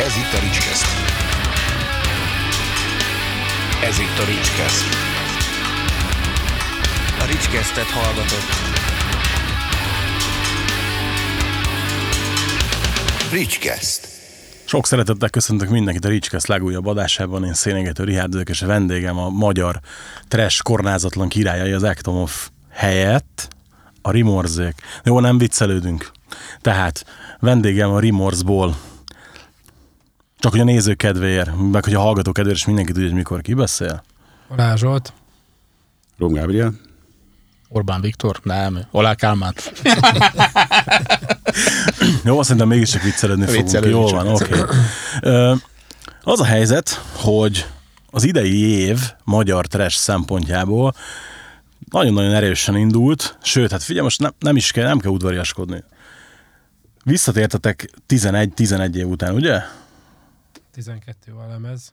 Ez itt a Ricskeszt. Ez itt a Ricskeszt. A Ricskesztet hallgatott. Ricskeszt. Sok szeretettel köszöntök mindenkit a Ricskeszt legújabb adásában. Én Szénégető Richárd vagyok, és a vendégem a magyar trash kornázatlan királyai az Ektomov helyett a Rimorzzék. Jó, nem viccelődünk. Tehát vendégem a Rimorszból. Csak hogy a nézők kedvéért, meg hogy a hallgató kedvéért, és mindenki tudja, hogy mikor ki beszél. Balázs Zsolt. Rom Gábriel. Orbán Viktor? Nem. Olá Kálmán. Jó, szerintem mégiscsak viccelődni fogunk. Jól van, oké. Az a helyzet, hogy az idei év magyar trash szempontjából nagyon-nagyon erősen indult, sőt, hát figyelj, most nem kell udvariaskodni. Visszatértetek 11 év után, ugye? 12 a lemez.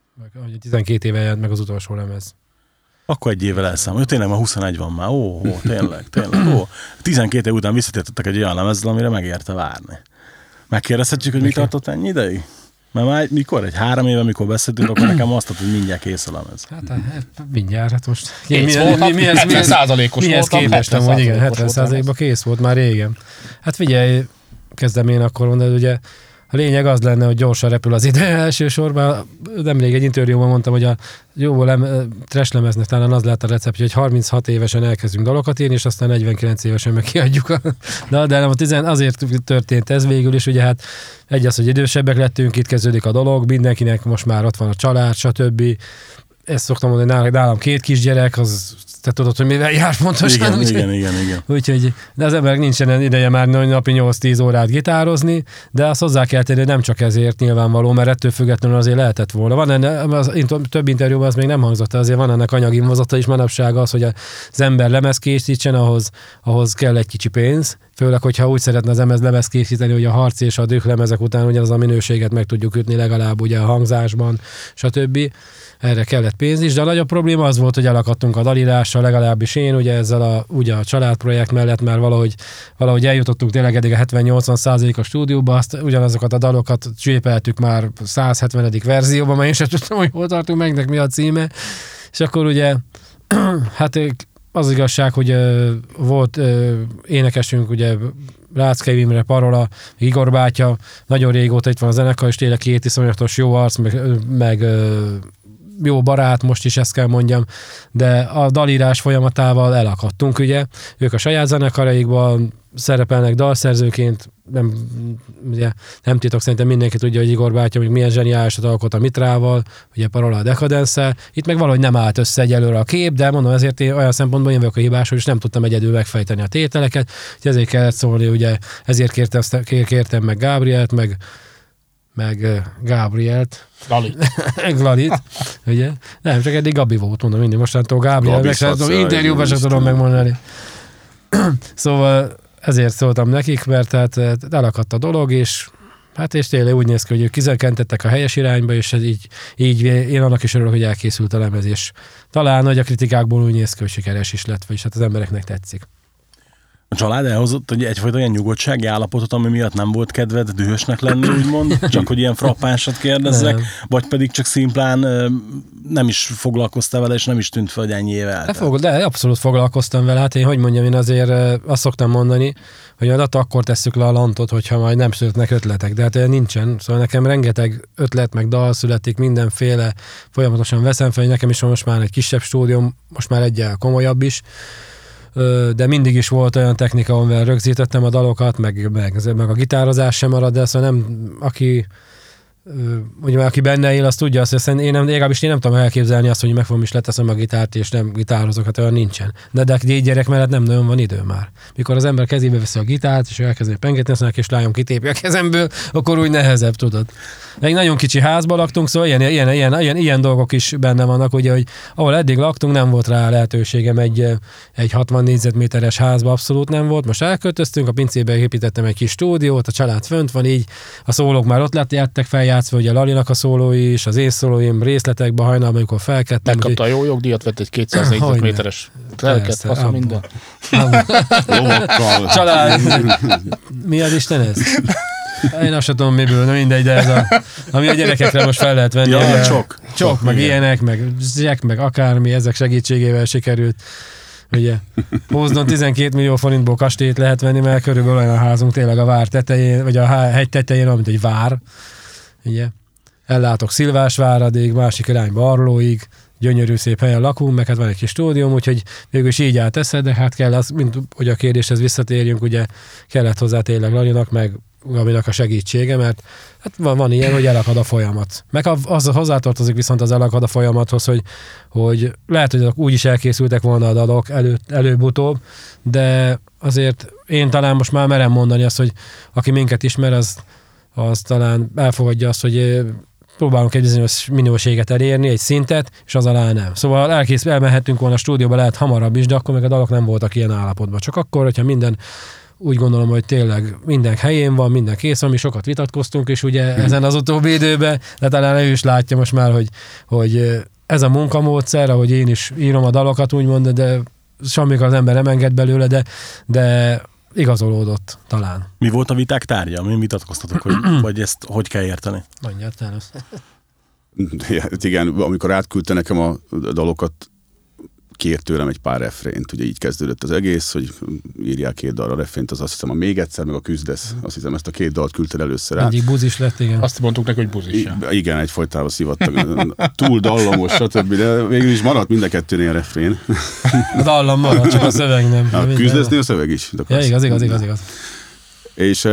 12 éve jelent meg az utolsó lemez. Akkor egy évvel elszámolj. Tényleg már 21 van már. Tényleg. 12 év után visszatértetek egy olyan lemezzel, amire megérte várni. Megkérdezhetjük, hogy mi tartott ennyi ideig? Mert már mikor? Egy 3 éve, amikor beszéltünk, akkor nekem azt mondta, hogy mindjárt kész a lemez. Hát mindjárt, hát most... Mihez 70%-os mihez voltam? képest amúgy, igen, 70%-ban kész volt már régen. Hát figyelj, kezdem én akkor mondani, ugye a lényeg az lenne, hogy gyorsan repül az ide elsősorban. Nemrég egy interjúban mondtam, hogy a jó trash lemeznek talán az lehet a recept, hogy 36 évesen elkezdünk dalokat írni, és aztán 49 évesen meg kiadjuk. De nem, azért történt ez végül is, ugye hát egy az, hogy idősebbek lettünk, itt kezdődik a dolog, mindenkinek most már ott van a család, stb. Ezt szoktam mondani, hogy nálam 2 kisgyerek, az te tudod, hogy mivel jár pontosan. Igen. Úgyhogy, de az emberek nincsen ideje már napi 8-10 órát gitározni, de azt hozzá kell tenni, hogy nem csak ezért nyilvánvaló, mert ettől függetlenül azért lehetett volna. Van több interjúban az még nem hangzott, azért van ennek anyagi vonzata is, manapság az, hogy az ember lemez készítsen, ahhoz kell egy kicsi pénz, főleg, hogyha úgy szeretne az lemez készíteni, hogy a harc és a düh lemezek után ugyanaz a minőséget meg tudjuk ütni legalább ugye a hangzásban, stb. Erre kellett pénz is, de a nagyobb probléma az volt, hogy elakadtunk a dalírással, legalábbis én, ugye ezzel ugye a családprojekt mellett már valahogy eljutottunk tényleg eddig a 70-80% a stúdióba, azt ugyanazokat a dalokat csépeltük már 170. verzióban, mert én sem tudtam, hogy hol tartunk, megnek mi a címe, és akkor ugye hát az igazság, hogy volt énekesünk, ugye Ráczkai Imre, Parola, Igor bátya, nagyon régóta itt van a zenekar, és tényleg 2 iszonyatos jó arc, meg jó barát, most is ezt kell mondjam, de a dalírás folyamatával elakadtunk, ugye. Ők a saját zenekaraikban szerepelnek dalszerzőként, nem titok, szerintem mindenki tudja, hogy Igor bátya még milyen zseniálisat alkot a Mitrával, ugye Parola a Decadence-szel. Itt meg valahogy nem állt össze egyelőre a kép, de mondom, ezért én olyan szempontból én vagyok a hibás, hogy nem tudtam egyedül megfejteni a tételeket, ezért kellett szólni, ugye ezért kértem meg Gábrielt, meg Gábrielt. Glalit, ugye? Nem, csak eddig Gabi volt, mondom, mindig mostantól Gábriel, interjúban sem tudom megmondani. Szóval ezért szóltam nekik, mert hát elakadt a dolog, és tényleg úgy néz ki, hogy ők kizenkentettek a helyes irányba, és ez így én annak is örülök, hogy elkészült a lemez, és talán nagy a kritikákból úgy néz ki, hogy sikeres is lett, vagyis hát az embereknek tetszik. A család elhozott egyfajta ilyen nyugodtsági állapotot, ami miatt nem volt kedved dühösnek lenni, úgymond, csak hogy ilyen frappánsat kérdezzek, nem. Vagy pedig csak szimplán nem is foglalkoztál vele, és nem is tűnt fel, hogy ennyi éve eltelt. De abszolút foglalkoztam vele, hát én azért azt szoktam mondani, hogy majd akkor tesszük le a lantot, hogyha majd nem születnek ötletek, de hát nincsen, szóval nekem rengeteg ötlet, meg dal születik, mindenféle, folyamatosan veszem fel, nekem is van most már egy kisebb stúdióm, most már egyel komolyabb is, de mindig is volt olyan technika, amivel rögzítettem a dalokat, meg a gitározás sem marad, de szóval aki benne él, az tudja azt, hogy én nem tudom elképzelni azt, hogy meg fogom is leteszem a gitárt, és nem gitározok, hát olyan nincsen. De 4 gyerek mellett nem nagyon van idő már. Mikor az ember kezébe veszi a gitárt, és elkezdi pengetni, aztán és lányom kitépi a kezemből, akkor úgy nehezebb, tudod. Egy nagyon kicsi házban laktunk, szóval ilyen dolgok is benne vannak, ugye, hogy ahol eddig laktunk, nem volt rá lehetőségem egy 60 négyzetméteres házba, abszolút nem volt. Most elköltöztünk, a pincébe építettem egy kis stúdiót, a család fönt van, így a szólók már ott lettek feljátszva, ugye Lalinak a szólói is, az én szólóim részletekbe hajnalban, amikor felkedtem. Megkapta a jó jogdíjat, vett egy 200 négyzetméteres lelket, fasza minden. Család. Mi az Isten ez? Én azt sem tudom miből, mindegy, de ami a gyerekekre most fel lehet venni. Ja, Csok, meg ilyenek, meg zsek, meg akármi, ezek segítségével sikerült. Ugye, Hózdon 12 millió forintból kastélyt lehet venni, mert körülbelül olyan a házunk tényleg a vár tetején, vagy a hegy tetején, mint egy vár. Ugye? Ellátok Szilvásváradig, másik irányba Arlóig, gyönyörű szép helyen lakunk, meg hát van egy kis stúdióm, úgyhogy végül is így állt eszed, de hát kell az, mint hogy a kérdéshez visszatérjünk, ugye kellett hozzá tényleg Lalinak, meg Gabinak a segítsége, mert hát van ilyen, hogy elakad a folyamat. Meg az hozzátartozik viszont az elakad a folyamathoz, hogy lehet, hogy úgy is elkészültek volna a dalok előbb-utóbb, de azért én talán most már merem mondani azt, hogy aki minket ismer, az talán elfogadja azt, hogy próbálunk egy bizonyos minőséget elérni, egy szintet, és az alá nem. Szóval elmehettünk volna a stúdióba, lehet hamarabb is, de akkor még a dalok nem voltak ilyen állapotban. Csak akkor, hogyha minden, úgy gondolom, hogy tényleg minden helyén van, minden kész van, mi sokat vitatkoztunk, és ugye ezen az utóbbi időben, de talán ő is látja most már, hogy ez a munkamódszer, ahogy én is írom a dalokat, úgymond, de semmik az ember nem enged belőle, de igazolódott talán. Mi volt a viták tárgya? Mi vitatkoztatok, vagy ezt hogy kell érteni? Mondjad, Tánusz. Igen, amikor átküldte nekem a dalokat, kért tőlem egy pár refrént. Ugye így kezdődött az egész, hogy írjál 2 dalra refrént, az azt hiszem a Még egyszer, meg a Küzdesz. Azt hiszem, ezt a 2 dalt küldted először át. Egyik buzis lett, igen. Azt mondtuk neki, hogy buzis. Igen, egyfolytában szivattak. Túl dallamos, stb. De végül is maradt mind a kettőnél refrén. A dallam maradt, csak a szöveg nem. A Küzdesznél a szöveg is. Ja, igaz. És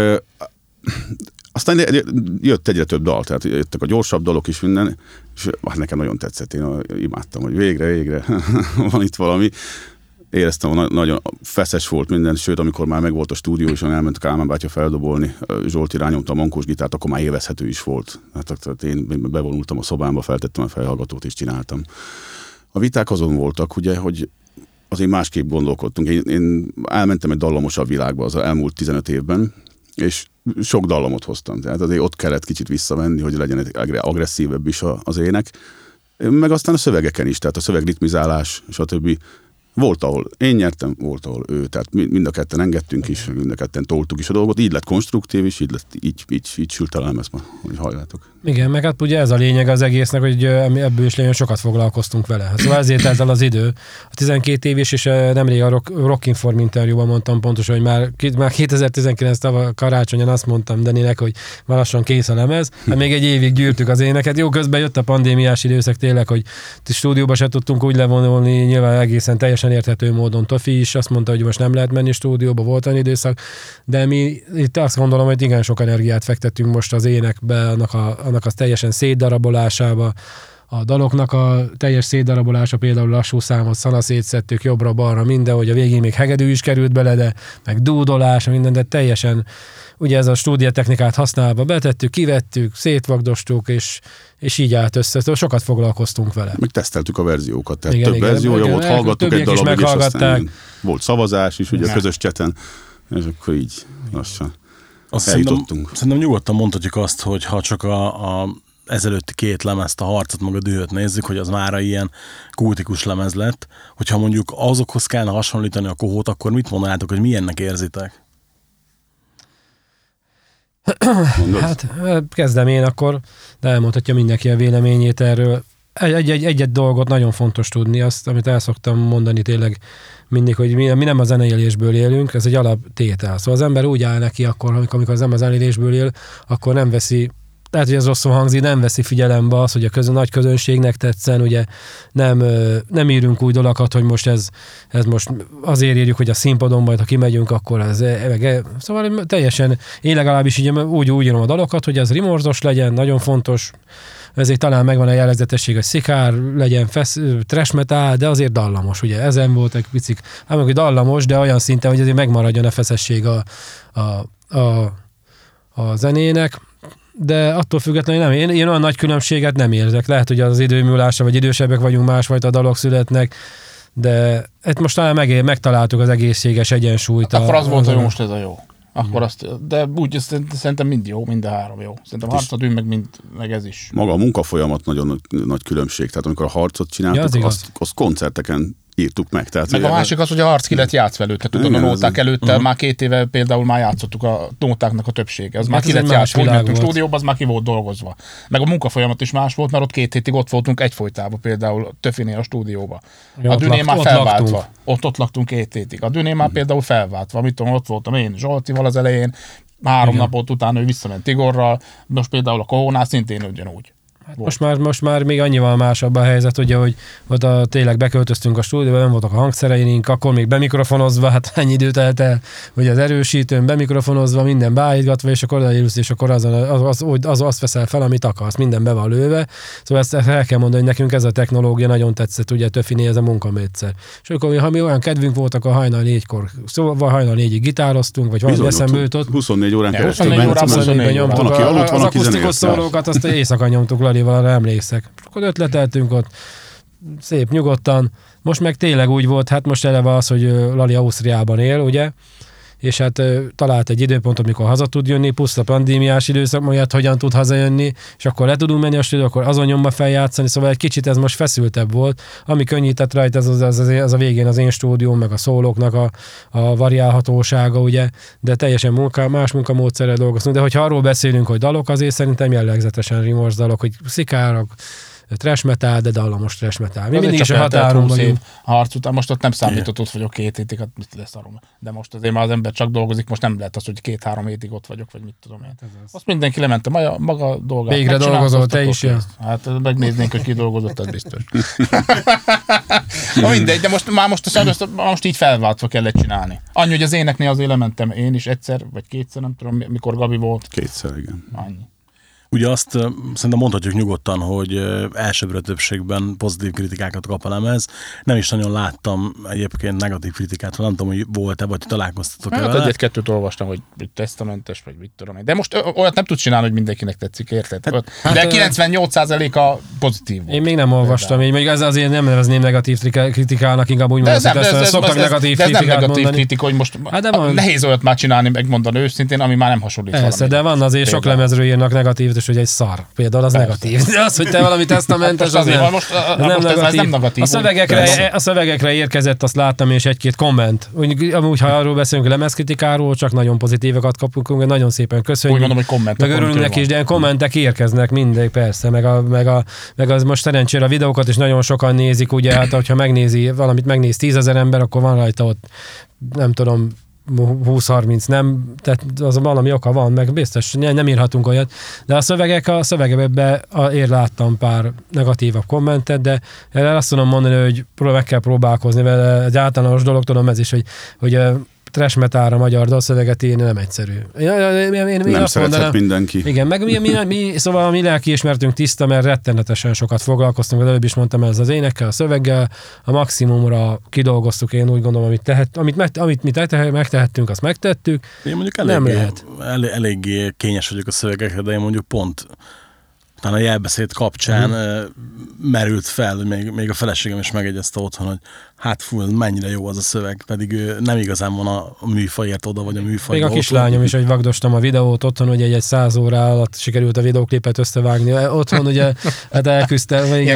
aztán jött egyre több dal, tehát jöttek a gyorsabb dalok is minden, és nekem nagyon tetszett, én imádtam, hogy végre van itt valami. Éreztem, hogy nagyon feszes volt minden, sőt, amikor már megvolt a stúdió, és elment Kálmán bátya feldobolni, Zsolti rányomta a mankós gitárt, akkor már élvezhető is volt. Hát én bevonultam a szobámba, feltettem a fejhallgatót, és csináltam. A viták azon voltak, ugye, hogy azért másképp gondolkodtunk. Én elmentem egy dallamosabb világba az elmúlt 15 évben, és sok dallamot hoztam. Tehát azért ott kellett kicsit visszamenni, hogy legyen egy agresszívebb is az ének. Meg aztán a szövegeken is, tehát a szövegritmizálás, és a többi. Volt, ahol én nyertem, volt, ahol ő. Tehát mind a ketten engedtünk is, mind a ketten toltuk is a dolgot. Így lett konstruktív, és így sült el ezt ma, hogy halljátok. Igen, meg hát ugye ez a lényeg az egésznek, hogy ebből is nagyon sokat foglalkoztunk vele. Szóval ezért telt el az idő. A 12 év is, és nemrég a Rock Inform interjúban mondtam pontosan, hogy már 2019 karácsonyan azt mondtam Deninek, hogy már lassan kész a lemez. Hát még egy évig gyűrtük az éneket. Jó, közben jött a pandémiás időszak tényleg, hogy stúdióba se tudtunk úgy levonulni, nyilván egészen teljesen érthető módon. Tofi is azt mondta, hogy most nem lehet menni stúdióba, volt olyan időszak, de mi itt azt gondolom, hogy igen sok energiát fektettünk most az énekbe, annak az teljesen szétdarabolásába, a daloknak a teljes szétdarabolása, például lassú számot szanaszétszettük jobbra-balra, minden, hogy a végén még hegedű is került bele, de meg dúdolás, minden, de teljesen ugye ez a stúdiótechnikát használva betettük, kivettük, szétvagdostuk, és így állt össze. Szóval sokat foglalkoztunk vele. Meg teszteltük a verziókat, tehát több verziója volt, hallgattuk egy darabig, és aztán volt szavazás is, ugye a közös cseten, és akkor így lassan eljutottunk. Szerintem nyugodtan mondhatjuk azt, hogy ha csak a ezelőtti 2 lemezt, a Harcot meg a Dühöt nézzük, hogy az mára ilyen kultikus lemez lett, hogyha mondjuk azokhoz kellene hasonlítani a Kohót, akkor mit mondanátok, hogy milyennek érzitek? Hát kezdem én akkor, de elmondhatja mindenki a véleményét erről. Egy dolgot nagyon fontos tudni, azt, amit el szoktam mondani tényleg mindig, hogy mi nem a zeneélésből élünk, ez egy alaptétel. Szóval az ember úgy áll neki akkor, amikor az nem a zeneélésből él, akkor nem veszi, lehet, hogy ez rosszul hangzik, nem veszi figyelembe az, hogy a nagy közönségnek tetszen, ugye nem írunk új dalokat, hogy most ez most azért írjuk, hogy a színpadon majd, ha kimegyünk, akkor ez szóval teljesen, én legalábbis így, úgy írom a dalokat, hogy ez rimordos legyen, nagyon fontos, ezért talán megvan a jellegzetesség, hogy szikár legyen, trash metal, de azért dallamos, ugye ezen volt egy picik, hogy dallamos, de olyan szinten, hogy azért megmaradjon a feszesség a zenének, de attól függetlenül nem. Én olyan nagy különbséget nem érzek. Lehet, hogy az időmúlása, vagy idősebbek vagyunk, másfajta dalok születnek, de ezt most talán megtaláltuk az egészséges egyensúlyt. Akkor az volt, hogy most ez a jó. Akkor azt, de úgy szerintem mind jó, mind a 3 jó. Szerintem a Harcot meg ez is. Maga a munkafolyamat nagyon nagy különbség. Tehát amikor a Harcot csináltuk, azt koncerteken írtuk meg. Tehát, Meg a másik az, hogy a harc ki lett játszva előtte. Tudod, a nóták előtte már 2 éve például már játszottuk a nótáknak a többsége. Az már ki lett játszva, úgy mentünk stúdióba, az már ki volt dolgozva. Meg a munkafolyamat is más volt, mert ott 2 hétig ott voltunk egyfolytában például Töfinél a stúdióba. A Dünél már felváltva. Ott laktunk 2 hétig. A Dünél már például felváltva. Mit tudom, ott voltam én Zsoltival az elején, 3 napot utána ő visszament Igorral, most például a Kohónál szintén ugyanúgy. Hát most már még annyival másabb a helyzet, ugye, hogy ott tényleg beköltöztünk a stúdióba, nem voltak a hangszereink, akkor még bemikrofonozva, hát ennyi időt telt el, hogy az erősítőn bemikrofonozva, minden beállítgatva, és akkor odaérülsz, és akkor azt veszel fel, amit akarsz, minden be van lőve. Szóval ezt el kell mondani, hogy nekünk ez a technológia nagyon tetszett, ugye Töfinél ez a munkamódszer. És akkor, ha mi olyan kedvünk volt, akkor hajnal 4-kor, szóval hajnal 4-ig gitároztunk, vagy valami eszembe jutott. 24 órán keresztül. 24 nyomtuk. Van, aki aludt, van, az aki akusztikus szólókat, azt éjszaka nyomtuk Lalival, arra emlékszek. Akkor ötleteltünk ott szép nyugodtan. Most meg tényleg úgy volt, hát most eleve az, hogy Lali Ausztriában él, ugye, és hát talált egy időpontot, amikor haza tud jönni, puszta pandémiás időszak miatt hogyan tud hazajönni, és akkor le tudunk menni a stúdióba, akkor azon nyomba feljátszani, szóval egy kicsit ez most feszültebb volt. Ami könnyített rajta, az a végén az én stúdióm, meg a szólóknak a variálhatósága, ugye, de teljesen más munkamódszerrel dolgoztunk. De hogyha arról beszélünk, hogy dalok, azért szerintem jellegzetesen rimors dalok, hogy szikárak, trash metal, de dallamos trash metal. Mi mindig is a határon vagyunk. A harc után most ott nem számított, ott vagyok 2 hétig, hát mit lesz arról. De most azért már az ember csak dolgozik, most nem lehet az, hogy 2-3 hétig ott vagyok, vagy mit tudom én. Azt mindenki lement a maga dolgát. Végre dolgozol, te is, ja. Hát megnéznénk, hogy ki dolgozott, az biztos. Na mindegy, de most így felváltva kellett csinálni. Annyi, hogy az éneknél azért lementem én is egyszer, vagy 2-szer, nem tudom, mikor Gabi volt. 2-szer, igen. Annyi. Ugye azt szerintem mondhatjuk nyugodtan, hogy elsőbbre többségben pozitív kritikákat kap a lemez. Nem is nagyon láttam egyébként negatív kritikát, nem tudom, hogy volt-e, vagy találkoztatok hát vele. 1-2-t olvastam, hogy tesztamentes, vagy mit tudom én. De most olyat nem tudsz csinálni, hogy mindenkinek tetszik, érted? De 98%-a pozitív volt. Én még nem olvastam, így még azért nem nevezném negatív kritikának, inkább úgy mondom, hogy szoktak negatív kritikát mondani. Ez nem negatív kritika, hogy most nehéz olyat már csinálni, megmondani őszintén, ami már nem hasonlít valami. Persze, de van azért sok lemezről írnak negatív, hogy egy szar. Például az negatív. De az, hogy te valami tesztamentes, az nem negatív. A szövegekre érkezett, azt láttam, és 1-2 komment. Amúgy, ha arról beszélünk, lemezkritikáról, csak nagyon pozitívakat kapunk, nagyon szépen köszönjük. Úgy mondom, hogy kommentek. Meg örülünk neki is, de kommentek érkeznek mindig, persze. Meg az most szerencsére a videókat is nagyon sokan nézik, ugye, hát hogyha megnéz 10 000 ember, akkor van rajta ott, nem tudom, 20-30 nem, tehát az valami oka van, meg biztos nem írhatunk olyat, de a szövegekben láttam pár negatívabb kommentet, de azt tudom mondani, hogy meg kell próbálkozni vele, egy általános dolog, tudom ez is, hogy trash metalra magyar dalszöveget írni nem egyszerű. Én nem szerethet mindenki. Igen, meg szóval a mi lelkiismertünk tiszta, mert rettenetesen sokat foglalkoztunk, az előbb is mondtam, ez az énekkel, a szöveggel, a maximumra kidolgoztuk, én úgy gondolom, amit mi megtehettünk, azt megtettük. Én mondjuk eléggé kényes vagyok a szövegekre, de én mondjuk pont talán a jelbeszéd kapcsán merült fel, még a feleségem is megegyezte otthon, hogy hát fú, mennyire jó az a szöveg, pedig nem igazán van a műfajért oda, vagy a műfajba. Még a kislányom is, hogy vagdostam a videót otthon, hogy egy 100 óra alatt sikerült a videóklipet összevágni. Otthon ugye, hát elküzdtem,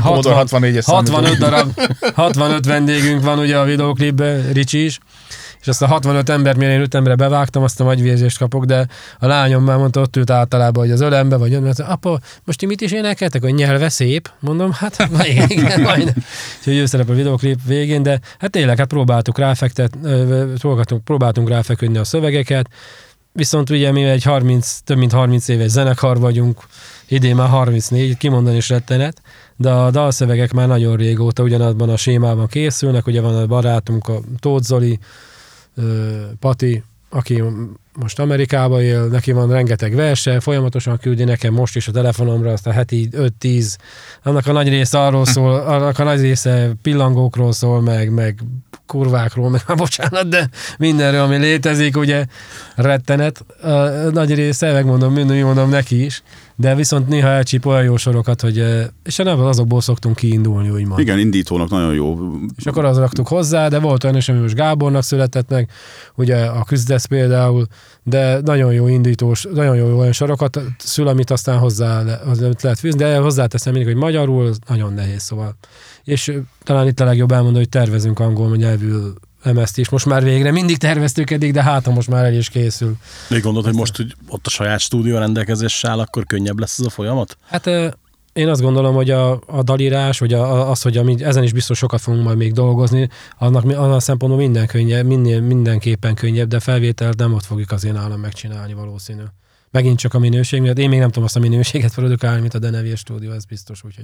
65 vendégünk van ugye a videóklipben, Ricsi is, és azt a 65 embert, mire én 5 emberre bevágtam, azt a nagyvérzést kapok, de a lányom már mondta, ott ült általában, hogy az ölembe, vagy jön, mert apa, most ti mit is énekeltek, hogy nyelve szép? Mondom, hát igen, majdnem. Úgyhogy ő szerep a videóklip végén, de hát tényleg, hát próbáltunk ráfeküdni a szövegeket, viszont ugye mi több mint 30 éves zenekar vagyunk, idén már 34, kimondani is rettenet, de a dalszövegek már nagyon régóta ugyanazban a sémában készülnek, ugye van a barátunk, a Tóth Zoli, Pati, aki most Amerikában él, neki van rengeteg verse, folyamatosan küldi nekem most is a telefonomra azt a heti 5-10, annak a nagy része arról szól, annak a nagy része pillangókról szól, meg kurvákról, meg bocsánat, de mindenről, ami létezik, ugye rettenet, a nagy része, megmondom neki is, de viszont néha elcsíp olyan jó sorokat, hogy és azokból szoktunk kiindulni, úgymond. Igen, indítónak nagyon jó. És akkor az raktuk hozzá, de volt olyan is, ami most Gábornak született meg, ugye a Küzdesz például, de nagyon jó indítós, nagyon jó olyan sorokat szül, amit aztán lehet fűzni, de hozzáteszem mindig, hogy magyarul nagyon nehéz, szóval. És talán itt a legjobb elmondani, hogy tervezünk angol nyelvű lemezt is. Most már végre mindig terveztük eddig, de hát ha most már el is készül. Még gondolod, hogy most, hogy ott a saját stúdió rendelkezéssel áll, akkor könnyebb lesz ez a folyamat? Hát én azt gondolom, hogy a dalírás, vagy az, hogy ezen is biztos sokat fogunk majd még dolgozni, annak a szempontból mindenképpen könnyebb, de felvételt nem ott fogjuk azért nálam megcsinálni valószínű. Megint csak a minőség miatt. Én még nem tudom azt a minőséget produkálni, mint a Denevére stúdió, ez biztos, úgyhogy.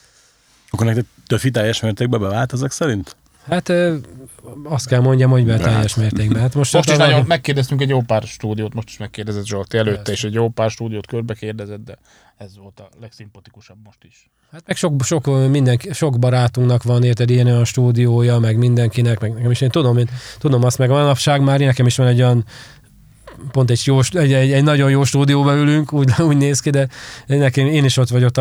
Akkor nektek Töfi teljes mértékben bevált ezek szerint? Hát azt kell mondjam, hogy teljes mértékben. Hát most is nagyon megkérdeztünk egy jó pár stúdiót, most is megkérdezett Zsolti előtte, és egy jó pár stúdiót körbe kérdezett, de ez volt a legszimpatikusabb most is. Hát meg sok barátunknak van, érted, ilyen olyan stúdiója, meg mindenkinek, meg nekem is én tudom azt, meg a manapság már nekem is van egy olyan pont egy nagyon jó stúdióba ülünk, úgy néz ki, de én is ott vagyok,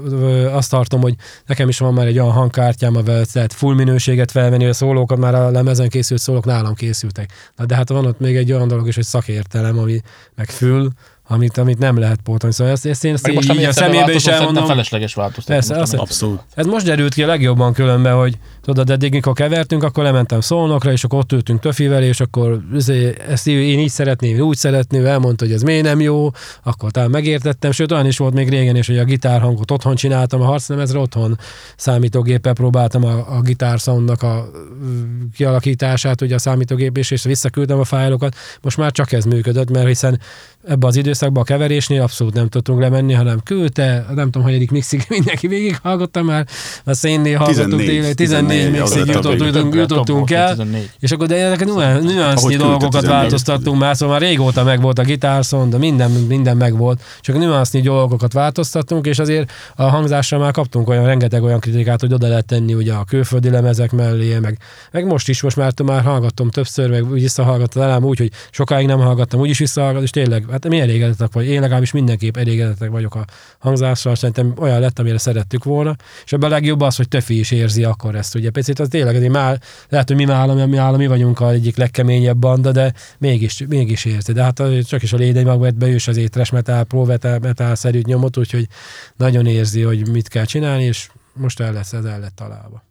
azt tartom, hogy nekem is van már egy olyan hangkártyám, amivel lehet full minőséget felvenni, a szólókat már a lemezen készült szólók nálam készültek. De hát van ott még egy olyan dolog is, hogy szakértelem, ami meg fül, amit nem lehet pótolni. Szóval ezt én így a szemébe is elmondom. Felesleges változtatás. Persze, abszolút. Ez most derült ki a legjobban különben, hogy tudod, eddig mikor kevertünk, akkor lementem Szolnokra, és akkor ott ültünk Töfivel, és akkor ezt én így szeretném, úgy szeretném, elmondta, hogy ez miért nem jó, akkor talán megértettem, sőt olyan is volt még régen is, hogy a gitárhangot otthon csináltam, a harclemezre otthon számítógéppel próbáltam a gitársoundnak a kialakítását, ugye a számítógép és visszaküldtem a fájlokat. Most már csak ez működött, mert hiszen ebbe az időszakban a keverésnél abszolút nem tudtunk lemenni, hanem küldte, nem tudom, hanyadik mixig mindenki végighallgatta már, a szénnél hallgattuk 14 mixig jutottunk el, és akkor de ezeket nüansznyi dolgokat változtattunk már, szóval már régóta meg volt a gitárszon, de minden meg volt, csak nüansznyi dolgokat változtattunk, és azért a hangzásra már kaptunk rengeteg olyan kritikát, hogy oda lehet tenni ugye a külföldi lemezek mellé, meg most már hallgattam többször, meg úgy visszahallgattam elám úgy, hogy sokáig nem hallgattam, úgy is visszahallgattam, és tényleg, hát mi elégedettek vagy, én legalábbis mindenképp elégedettek vagyok a hangzással, szerintem olyan lett, amire szerettük volna, és ebben a legjobb az, hogy Töfi is érzi akkor ezt, ugye picit, az tényleg, lehet, hogy mi vagyunk a egyik legkeményebb banda, de mégis érzi, de hát csak is a Lédei Magvetben ő is az trash metal, pro metal szerűt nyomot, úgyhogy nagyon érzi, hogy mit kell csinálni, és most el lett találva.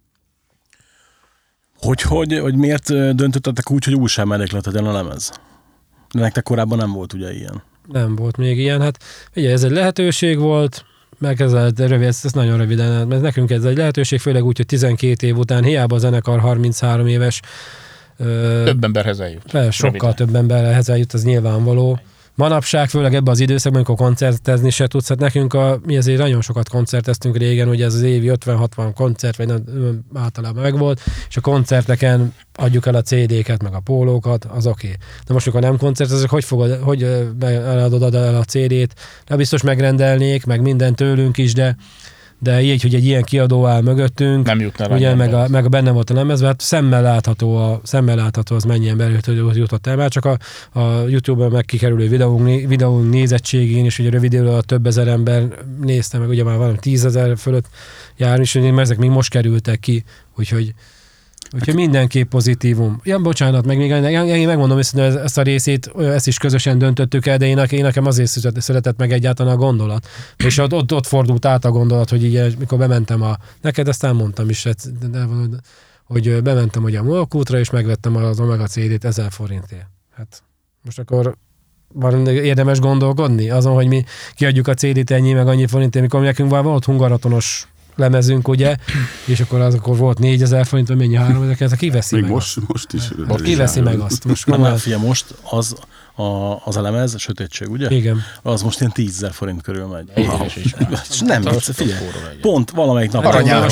Hogy miért döntöttetek úgy, hogy újságmelléklet legyen a lemez? De nektek korábban nem volt ugye ilyen? Nem volt még ilyen, hát ugye ez egy lehetőség volt, meg ez nagyon röviden, mert nekünk ez egy lehetőség, főleg úgy, hogy 12 év után hiába a zenekar 33 éves. Több emberhez eljut. Sokkal több emberhez eljut, az nyilvánvaló. Manapság, főleg ebben az időszakban, amikor koncertezni se tudsz, hát nekünk mi azért nagyon sokat koncerteztünk régen, ugye ez az évi 50-60 koncert, vagy nem, általában megvolt, és a koncerteken adjuk el a CD-ket, meg a pólókat, az oké. De most, amikor nem koncertezek, hogy eladod el a CD-t? De biztos megrendelnék, meg minden tőlünk is, de így, hogy egy ilyen kiadó áll mögöttünk, nem jutna rá, ugye, meg benne volt a lemezben, hát szemmel látható az mennyi ember jutott el, már csak a YouTube-on meg kikerülő videónk nézettségén, és ugye rövid idő alatt több ezer ember nézte meg, ugye már valami 10 000 fölött jár, és ezek még most kerültek ki, úgyhogy mindenképp pozitívum. Ja, bocsánat, én megmondom, hogy ezt a részét, ezt is közösen döntöttük el, de én nekem azért született meg egyáltalán a gondolat. És ott fordult át a gondolat, hogy így, mikor bementem neked ezt elmondtam is, hogy bementem ugye a Molkútra, és megvettem az Omega CD-t 1000 forintért. Hát most akkor van érdemes gondolkodni azon, hogy mi kiadjuk a CD-t ennyi, meg annyi forintért, mikor nekünk volt hungaratonos lemezünk, ugye, és akkor volt 4000 forint, vagy mennyi 3000, ez kiveszi még meg most is. Kiveszi meg azt. Most az a lemez, Sötétség, ugye? Igen. Az most ilyen 10 000 forint körül megy. Nem, figyelj. Pont valamelyik nap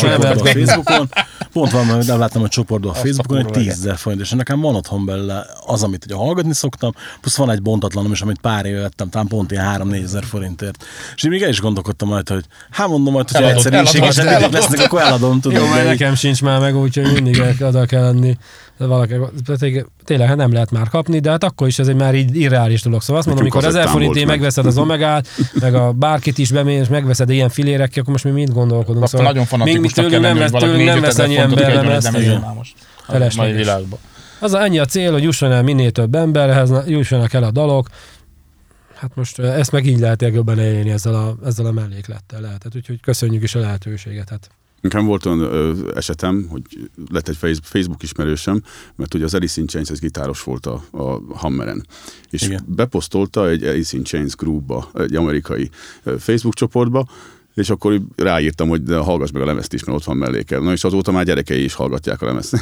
láttam a csoportban a Facebookon, hogy 10 000 forint, és nekem van otthon belőle az, amit ugye hallgatni szoktam, plusz van egy bontatlanom is, amit pár éve vettem, talán pont ilyen 3-4 000 forintért. És én még el is gondolkodtam majd, hogy mondom majd, hogy egyszer ínségesek lesznek, akkor eladom, tudom. Jó, mert nekem sincs már meg, úgyhogy mindig oda kell lenni. Tényleg nem lehet már kapni, de hát akkor is ez egy már így irreális dolog. Szóval azt mondom, amikor 1000 forintért megveszed az Omegát, meg a bárkit is bemész, és megveszed ilyen filérekkel, akkor most mi mind gondolkodunk. Szóval nagyon fanatikusnak kell lenni, hogy valaki 4000 annyi fontot ember kérjen, nem nem ezt. most a mai világban. Ennyi a cél, hogy jusson el minél több emberhez, jussanak el a dalok. Hát most ezt meg így lehet jobban elérni ezzel a melléklettel lehetett. Úgyhogy köszönjük is a lehetőséget. Hát. Nekem volt olyan esetem, hogy lett egy Facebook ismerősöm, mert ugye az Alice in Chains gitáros volt a Hammeren. És igen, beposztolta egy Alice in Chains groupba, egy amerikai Facebook csoportba, és akkor ráírtam, hogy de hallgass meg a lemezt is, mert ott van mellékel. Na és azóta már gyerekei is hallgatják a lemezt.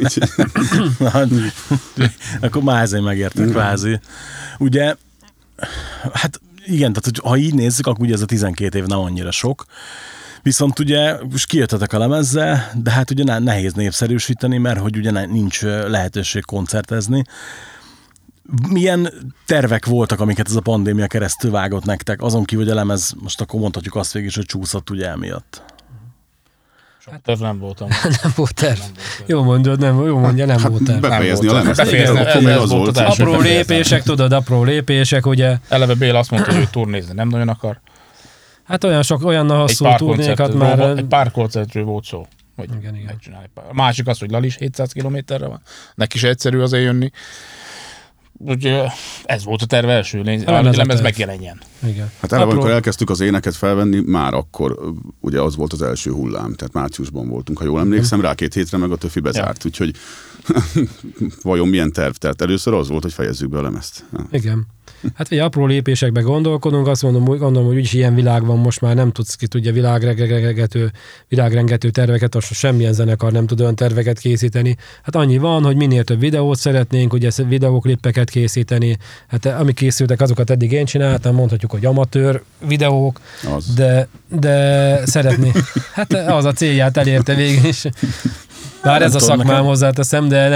Akkor már ezért megértek kvázi. Ugye, hát igen, tehát ha így nézzük, akkor ugye ez a 12 év nem annyira sok. Viszont ugye most kijöttetek a lemezzel, de hát ugye nehéz népszerűsíteni, mert hogy ugye nincs lehetőség koncertezni. Milyen tervek voltak, amiket ez a pandémia keresztül vágott nektek? Azon kívül, hogy a lemez, most akkor mondhatjuk azt végig, hogy csúszott ugye emiatt. Hát nem voltam. Nem volt terv. Jó mondja, nem volt terv. Befejezni a lemezt. Apró lépések, tudod, apró lépések, ugye. Eleve Béla azt mondta, hogy ő turnézni nem nagyon akar. Hát olyan hosszú turnékat már... Egy pár koncertről volt szó, hogy igen. megcsinálni. A másik az, hogy Lalis 700 kilométerre van. Neki is egyszerű azért jönni. Úgyhogy ez volt a terv első lény, a lemez megjelenjen. Igen. Hát eleve, amikor elkezdtük az éneket felvenni, már akkor ugye az volt az első hullám, tehát márciusban voltunk, ha jól emlékszem, rá 2 hétre meg a Töfi bezárt, úgyhogy vajon milyen terv? Tehát először az volt, hogy fejezzük be a lemezt. Ja. Igen. Hát egy apró lépésekbe gondolkodunk, azt gondolom, hogy úgyis ilyen világ van, most már nem tudsz ki tudja világrengető terveket, most semmilyen zenekar nem tud olyan terveket készíteni. Hát annyi van, hogy minél több videót szeretnénk, ugye videóklippeket készíteni, hát amik készültek, azokat eddig én csináltam, mondhatjuk, hogy amatőr videók, de szeretné. Hát az a célját elérte végül is. Bár ez a szakmám hozzáteszem, de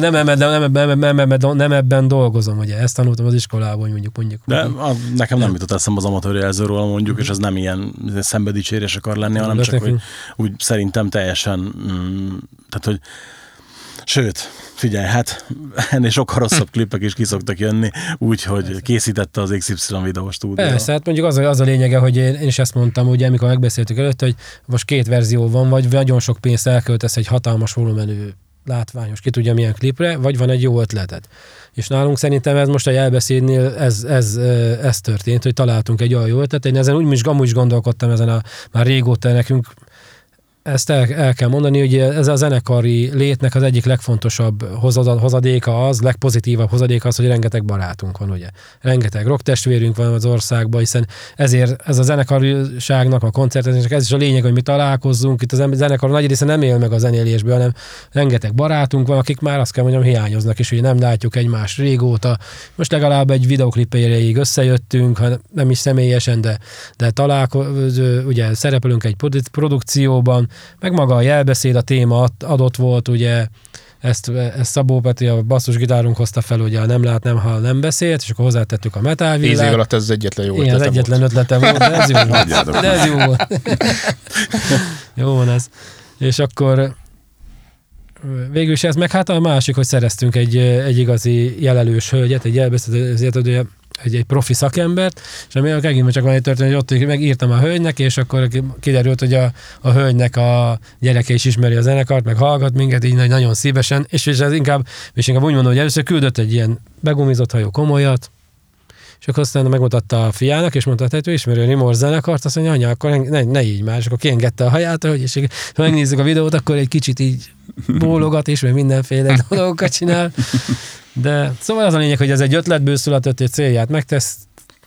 nem ebben dolgozom, ugye. Ezt tanultam az iskolában, mondjuk. De nekem nem jutott eszembe az amatőrjelzőről mondjuk, és ez nem ilyen szenvedicsérés akar lenni, hanem csak, hogy úgy szerintem teljesen, tehát, hogy sőt, figyelj, hát ennél sokkal rosszabb klippek is ki szoktak jönni, úgyhogy készítette az XY Videó Stúdió. Persze, hát mondjuk az a lényege, hogy én is ezt mondtam, ugye, amikor megbeszéltük előtt, hogy most 2 verzió van, vagy nagyon sok pénzt elköltesz egy hatalmas volumenű látványos, ki tudja milyen klipre, vagy van egy jó ötleted. És nálunk szerintem ez most a Jelbeszédnél ez történt, hogy találtunk egy olyan jó ötletet. Én ezen amúgy is gondolkodtam ezen már régóta nekünk. Ezt el kell mondani, hogy ez a zenekari létnek az egyik legfontosabb hozadéka az, legpozitívabb hozadéka az, hogy rengeteg barátunk van, ugye. Rengeteg rocktestvérünk van az országban, hiszen ezért ez a zenekariságnak, a koncertezésnek ez is a lényeg, hogy mi találkozzunk. Itt a zenekar nagy része nem él meg a zenélésből, hanem rengeteg barátunk van, akik már azt kell mondjam hiányoznak, és hogy nem látjuk egymást régóta. Most legalább egy videoklip erejéig összejöttünk, ha nem is személyesen, de ugye szerepelünk egy produkcióban, meg maga a Jelbeszéd, a téma adott volt, ugye ezt Szabó Peti, a basszusgitárunk hozta fel, ugye a nem lát, nem hall, nem beszélt, és akkor hozzátettük a metálvillát. 10 év alatt ez az egyetlen jó ötlete volt. Igen, az egyetlen ötlete volt, de ez jó volt. De ez jó volt. Jó van ez. És akkor végül is ez meg hát a másik, hogy szereztünk egy igazi jelelős hölgyet, egy Jelbeszéd, egy profi szakembert, és ami megint csak van egy történet, hogy ott megírtam a hölgynek, és akkor kiderült, hogy a hölgynek a gyereke is ismeri a zenekart, meg hallgat minket, így nagyon szívesen, és ez inkább úgy mondom, hogy először küldött egy ilyen begumizott hajó komolyat, és akkor aztán megmutatta a fiának, és mondta, hogy ő ismeri a Remorse zenekart, azt mondja, anya, akkor ne így már, és akkor kiengedte a haját, és ha megnézzük a videót, akkor egy kicsit így bólogat is, mert mindenféle dolgokat csinál. De szóval az a lényeg, hogy ez egy ötletből született, egy célját megtesz,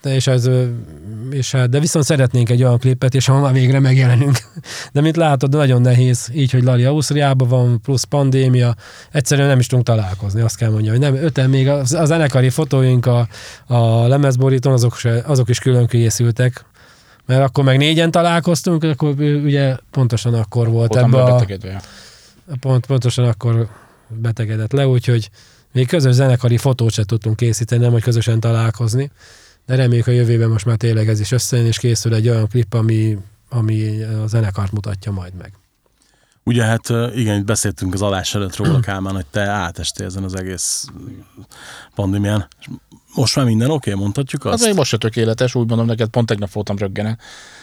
de viszont szeretnénk egy olyan klipet, és ahol már végre megjelenünk. De mint látod, nagyon nehéz, így, hogy Lali Ausztriában van, plusz pandémia, egyszerűen nem is tudunk találkozni, azt kell mondjam, hogy nem, 5-en még a zenekari fotóink a lemezborítón, azok is külön készültek, mert akkor meg 4-en találkoztunk, akkor ugye pontosan akkor volt pontosan akkor betegedett le, úgyhogy még közös zenekari fotót sem tudtunk készíteni, nem, hogy közösen találkozni, de reméljük a jövőben most már tényleg ez is összejön, és készül egy olyan klip, ami a zenekart mutatja majd meg. Ugye hát igen, itt beszéltünk az adás előtt róla, Kálmán, hogy te átestél ezen az egész pandémián. Most már minden oké, mondhatjuk azt? Az még most se tökéletes, úgy mondom neked, pont tegnap voltam röggenen.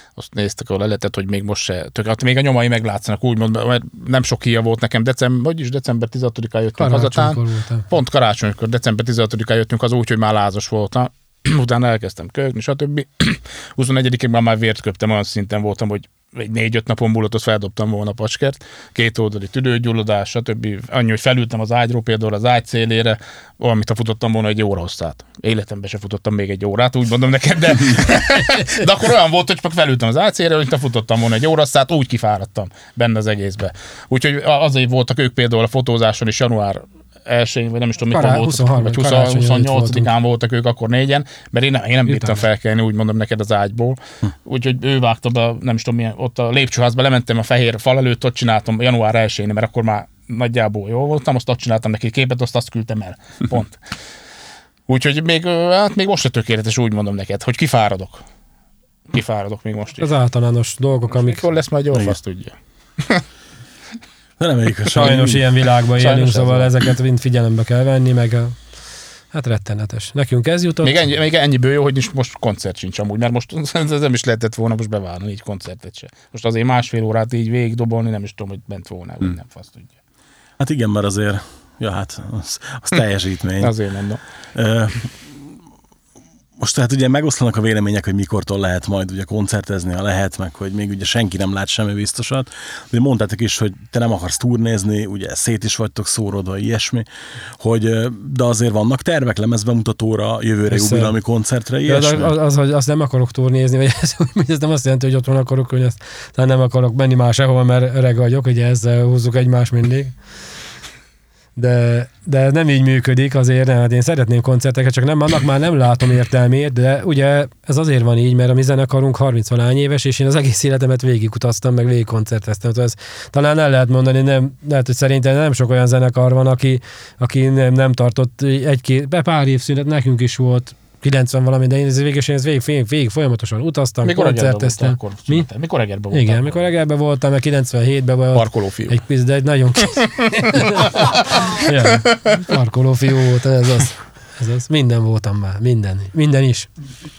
azt néztek a leletet, hogy még most se, még a nyomai meglátszanak, úgymond, mert nem sok híja volt nekem, december 16-án jöttünk hazatán. Pont karácsonykor, december 16-án jöttünk az úgy, hogy már lázas voltam. Utána elkezdtem köhögni, stb. 21-én már vért köptem, olyan szinten voltam, hogy egy 4-5 napon múlott, azt feldobtam volna pacskert, 2 oldali tüdőgyulladás, stb. Annyi, hogy felültem az ágyról, például az ágy szélére, valamit, ha futottam volna egy óra hosszát. Életemben se futottam még egy órát, úgy mondom neked, de akkor olyan volt, hogy csak felültem az ágy szélére, hogy ha futottam volna egy óra hosszát, úgy kifáradtam benne az egészbe. Úgyhogy azért voltak ők például a fotózáson is január 1-én, vagy nem is tudom, mikor volt, 28-án voltak ők akkor 4-en, mert én nem bírtam felkelni, úgy mondom neked az ágyból. Úgyhogy ő vágta be, nem is tudom milyen, ott a lépcsőházba lementem a fehér fal előtt, ott csináltam január 1-én, mert akkor már nagyjából jól voltam, azt ott csináltam neki képet, azt küldtem el. Pont. Úgyhogy még most se tökéletes, úgy mondom neked, hogy kifáradok. Kifáradok még most is. Az általános dolgok, amik... Mikor lesz majd gyors, azt tudja. De reméljük, sajnos ilyen világban élünk, szóval ezeket mind figyelembe kell venni, meg hát rettenetes. Nekünk ez jutott. Még ennyiből jó, hogy most koncert sincs amúgy, mert most ez nem is lehetett volna most beválni így koncertet se. Most azért másfél órát így végigdobolni, nem is tudom, hogy bent volna, vagy nem fasz tudja. Hát igen, mert azért, ja hát, az teljesítmény. Azért mondom. Most tehát ugye megoszlanak a vélemények, hogy mikortól lehet majd ugye koncertezni, ha lehet, meg hogy még ugye senki nem lát semmi biztosat. Ugye mondtátok is, hogy te nem akarsz turnézni, ugye szét is vagytok szórodva, ilyesmi, hogy de azért vannak tervek lemezbemutatóra, jövőre jubilami koncertre, ilyesmi? Hogy azt nem akarok turnézni, vagy ez nem azt jelenti, hogy otthon akarok, hogy azt nem akarok menni máshol, mert öreg vagyok, ugye ezzel húzzuk egymást mindig. De nem így működik azért, nem, hát én szeretném koncerteket, csak nem, annak már nem látom értelmét, de ugye ez azért van így, mert a mi zenekarunk 30-valány éves, és én az egész életemet végigutaztam, meg végigkoncerteztem. Ez talán el lehet mondani, lehet, hogy szerintem nem sok olyan zenekar van, aki nem tartott pár évszünet, nekünk is volt 90 valami, de én végig folyamatosan utaztam, koncerteztem. Mikor Egerben voltam? Igen, mikor Egerben voltam, mert 97-ben volt. Parkolófiú. De egy nagyon ja, parkolófiú volt, ez az. Minden voltam már, minden is.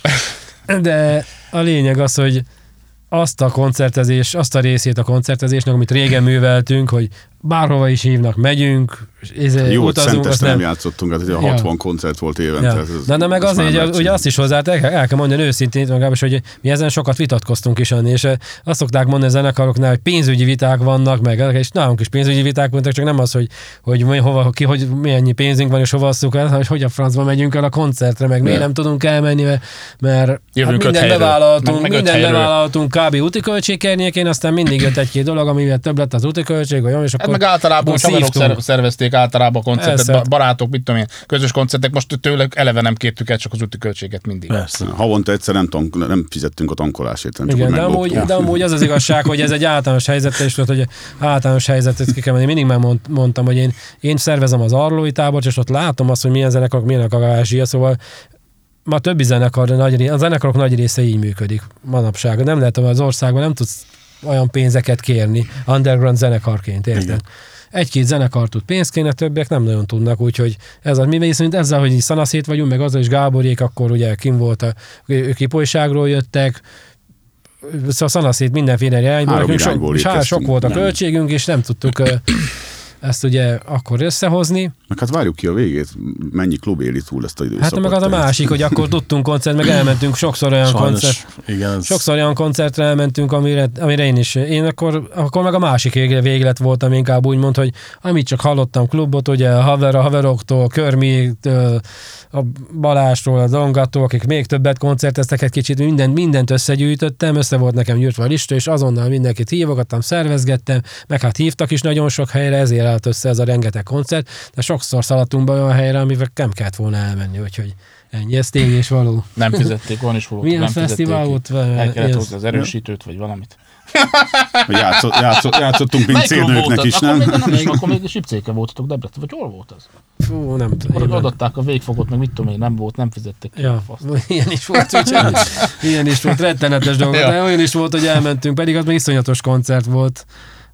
De a lényeg az, hogy azt a részét a koncertezésnek, amit régen műveltünk, hogy bárhova is hívnak, megyünk, jó, utazunk. Szenteste nem játszottunk, hát 60 koncert volt évente. Ja. De meg azért, hogy azt is hozzá el kell mondani őszintén, magábbis, hogy mi ezen sokat vitatkoztunk is, és azt szokták mondani a zenekaroknál, hogy pénzügyi viták vannak, meg, és nálunk is pénzügyi viták voltak, csak nem az, hogy mennyi pénzünk van, és hova asszuk el, hogy a francba megyünk el a koncertre, meg miért nem tudunk elmenni, mert mindent bevállaltunk kb. Úti költség környékén, aztán mindig jött egy-két dolog, amivel több lett az úti költség, vagy és akkor meg általában haverok szervezték általában koncertet, barátok, mit tudom én, közös koncertek, most tőlük eleve nem kértük el csak az úti költséget mindig. Persze. Havonta egyszer nem fizettünk a tankolásért. Igen, de amúgy az az igazság, hogy ez egy általános helyzet, és hogy általános helyzetet ki kell menni. Mindig már mondtam, hogy én szervezem az Arlói tábort, és ott látom azt, hogy milyen zenekarok, milyenek a gázsia, szóval ma többi zenekar, a zenekarok nagy része így működik manapság. Nem lehet, az országban nem tudsz olyan pénzeket kérni underground zenekarként, érted? Egy-két zenekar tud pénzt kérni, többiek nem nagyon tudnak, úgyhogy mi viszont ezzel, hogy szanaszét vagyunk, meg azzal is Gáborék, akkor ugye kim volt ők Ipolyságról jöttek, szóval szanaszét mindenféle irányból, sok volt a költségünk, és nem tudtuk ezt ugye akkor összehozni. Meg hát várjuk ki a végét, mennyi klub éli túl ezt a időszakot. Hát meg az a másik, hogy akkor tudtunk koncert, meg elmentünk sokszor olyan koncertre elmentünk, amire én akkor meg a másik véglet voltam inkább úgymond, hogy amit csak hallottam klubot, ugye a haveroktól, Körmitől, a Balástól, a Dongattól, akik még többet koncerteztek egy kicsit, mindent összegyűjtöttem, össze volt nekem gyűjtve a lista, és azonnal mindenkit hívogattam, szervezgettem, meg hát hívtak is nagyon sok helyre, ezért állt össze ez a rengeteg koncert, de sokszor szaladtunk be olyan helyre, amivel nem kellett volna elmenni, úgyhogy ennyi, ez tény és való. Nem fizették, van is való. Milyen fesztivál volt? El kellett hozni az erősítőt, vagy valamit. Játszottunk pincérnőknek is, nem? Akkor még Sipcéken voltatok Debrecen, vagy hol volt az? Fú, nem tudom. Akkor adatták a végfogot, meg mit tudom én, nem fizették. Ja, ilyen is volt, úgyhogy ilyen is volt, rettenetes dolog. De olyan is volt, hogy elmentünk, pedig az még iszonyatos koncert volt.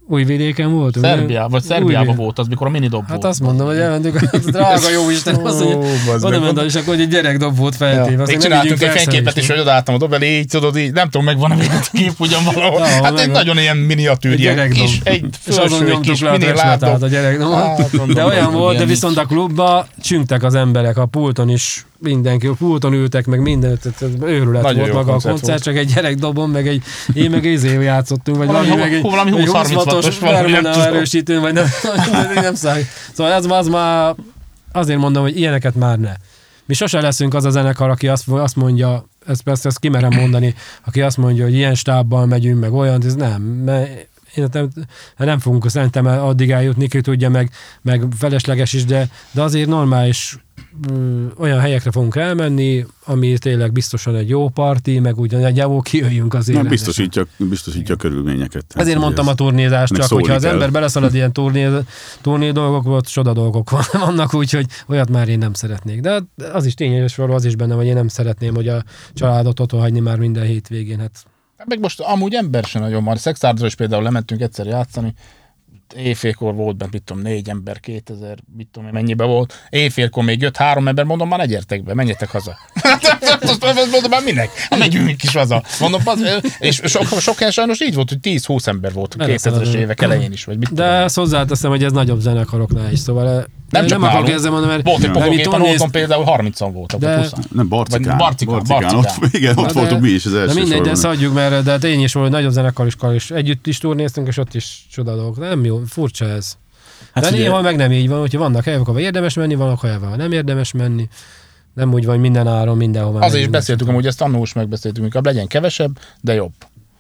Újvidéken voltunk. Szerbiában volt az, mikor a minidob volt. Hát azt mondom, hogy elmentünk, drága jó Isten, azt mondja, oda ment, és akkor egy gyerekdob volt feltéve. Még csináltunk egy fényképet is, hogy odaálltam a dob elé, így tudod, így, nem tudom, megvan-e még a kép ugyan valahol. Hát egy nagyon ilyen miniatűr, ilyen kis, egy felső, egy kis mini lábdob. A gyerekdob. De olyan volt, de viszont a klubba csüngtek az emberek, a pulton is mindenki, a pulton ültek, meg minden, őrület nagyon volt maga a koncert, csak egy gyerekdobon, meg én meg izével játszottunk, vagy valami 20-30-os Vermona erősítőn, vagy nem számít. Szóval az már azért mondom, hogy ilyeneket már ne. Mi sose leszünk az a zenekar, aki azt mondja, ezt kimerem mondani, aki azt mondja, hogy ilyen stábbal megyünk, meg olyan, ez nem. Nem fogunk szerintem addig eljutni, ki tudja, meg felesleges is, de azért normális olyan helyekre fogunk elmenni, ami tényleg biztosan egy jó parti, meg ugyan kijöjjünk az életre. Biztosítja a körülményeket. Ezért mondtam a turnézást, csak hogyha az ember beleszalad ilyen turné dolgokba, csoda dolgok vannak, úgyhogy olyat már én nem szeretnék. De az is tényleges való, az is benne, hogy én nem szeretném, hogy a családot otthon hagyni már minden hétvégén. Hát. Meg most amúgy ember sem nagyon van. Szexárdra is például lementünk egyszer játszani, éjfélkor volt bent, mit tudom, 4 ember, 2000, mit tudom, mennyibe volt. Éjfélkor még jött 3 ember, mondom, már ne gyertek be, menjetek haza. Azt mondom, már minek? Megyünk is haza. Mondom, és sok helyen sajnos így volt, hogy 10-20 ember volt a 2000-es évek elején is, vagy mit tudom. De ezt hozzáteszem, hogy ez nagyobb zenekaroknál is, szóval nem akarok ezzel mondani, mert volt egy pokógépen, Olton például 30-an voltak, vagy 20. Nem, Barcikán. Ott voltunk mi is az első sorban. De szadjuk, mert de tény is volt, hogy nagyobb zenekar is együtt is turnéztunk, és ott is csoda dolgok. Nem jó, furcsa ez. Hát de néha meg nem így van, hogyha vannak helyek, ahol érdemes menni, vannak helyek, ahol nem érdemes menni. Nem úgy van minden áron, mindenhova. Azért is beszéltünk, hogy ezt annól is megbeszéltünk, inkább legyen kevesebb, de jobb.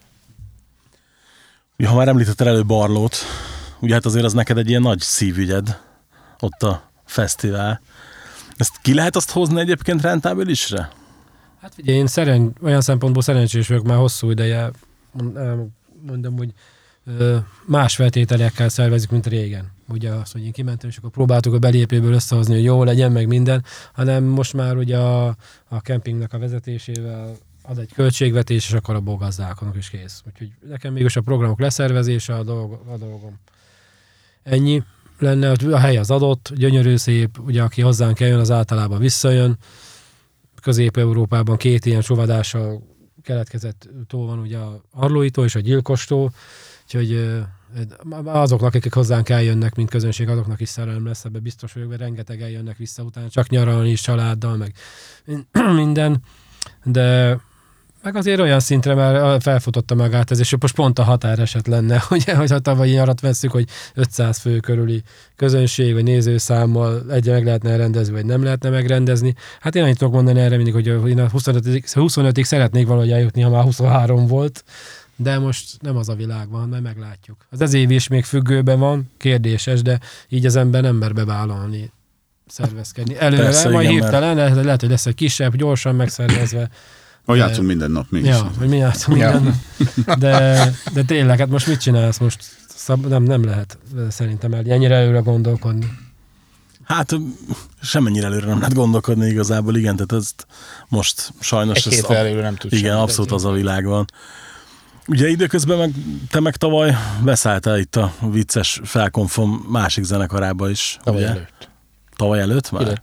Ha már említetted előbb Barlót, ugye hát azért az neked egy ilyen nagy szívügyed, ott a fesztivál. Ezt ki lehet azt hozni egyébként rentábilisre? Hát ugye én olyan szempontból szerencsés vagyok, már hosszú ideje, mondom, hogy más feltételekkel szervezik, mint régen. Ugye azt, hogy én kimentem, és akkor próbáltuk a belépőből összehozni, hogy jó legyen, meg minden, hanem most már ugye a kempingnek a vezetésével ad egy költségvetés, és akkor abból gazdálkodunk, és kész. Úgyhogy nekem mégis a programok leszervezése a dolgom. Ennyi lenne, a hely az adott, gyönyörű szép, ugye aki hozzánk eljön, az általában visszajön. Közép-Európában 2 ilyen csovadással keletkezett tó van, ugye a Arlói tó és a Gyilkos tó, úgyhogy azoknak, akik hozzánk eljönnek, mint közönség, azoknak is szerelem lesz, ebben biztos vagyok, mert rengeteg eljönnek vissza utána, csak nyaralni is családdal, meg minden, de meg azért olyan szintre már felfutotta magát ez, és most pont a határeset lenne, hogy a tavalyi nyarat vesszük, hogy 500 fő körüli közönség, vagy nézőszámmal meg lehetne rendezni, vagy nem lehetne megrendezni. Hát én annyit tudok mondani erre mindig, hogy én a 25-ig szeretnék valahogy eljutni, ha már 23 volt, de most nem az a világ van, majd meglátjuk. Az év is még függőben van, kérdéses, de így az ember nem mer bevállalni, szervezkedni. Előre, persze, majd hirtelen, lehet, hogy lesz egy kisebb, gyorsan megszervezve. Hogy játszunk minden nap mi is. Ja, hogy mi játszunk minden nap. De tényleg, hát most mit csinálsz? Most nem lehet szerintem ennyire előre gondolkodni. Hát semmennyire előre nem lehet gondolkodni igazából, igen, tehát ezt most sajnos... Egy hétre előre nem tudsz. Igen, abszolút az a világ van. Ugye időközben te meg tavaly beszálltál itt a vicces felkonfom másik zenekarába is. Tavaly ugye? előtt. Tavaly előtt már?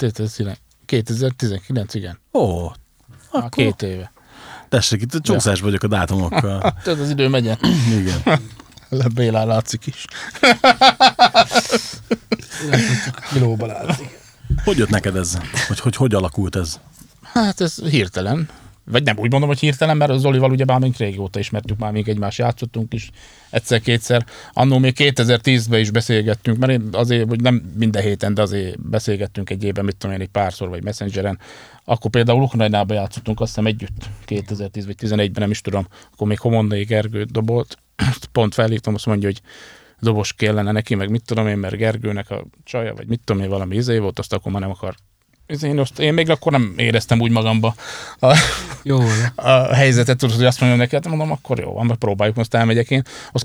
2019, igen. Ó, akkor... 2 éve. Tessék, itt csúszás vagyok a dátumokkal. Tehát az idő megyen. Igen. Bélán látszik is. Kilóban látszik. Hogy jött neked ez? Hogy alakult ez? Hát ez hirtelen. Vagy nem úgy mondom, hogy hirtelen, mert az Zolival ugyebár még régóta ismertük, már még egymást játszottunk is egyszer-kétszer. Annól még 2010-ben is beszélgettünk, mert én azért, hogy nem minden héten, de azért beszélgettünk egy évben, mit tudom én, egy párszor, vagy Messengeren. Akkor például Ukrajnában játszottunk, azt hiszem együtt, 2010 vagy 2011-ben, nem is tudom. Akkor még Homondai Gergő dobolt. Pont felhívtam, azt mondja, hogy dobos kellene neki, meg mit tudom én, mert Gergőnek a csaja, vagy mit tudom én, valami izé volt, azt akkor már nem akar. Én még akkor nem éreztem úgy magamba a helyzetet, tudod, hogy azt mondjam neked, mondom, akkor jó van, próbáljuk, most elmegyek én. Az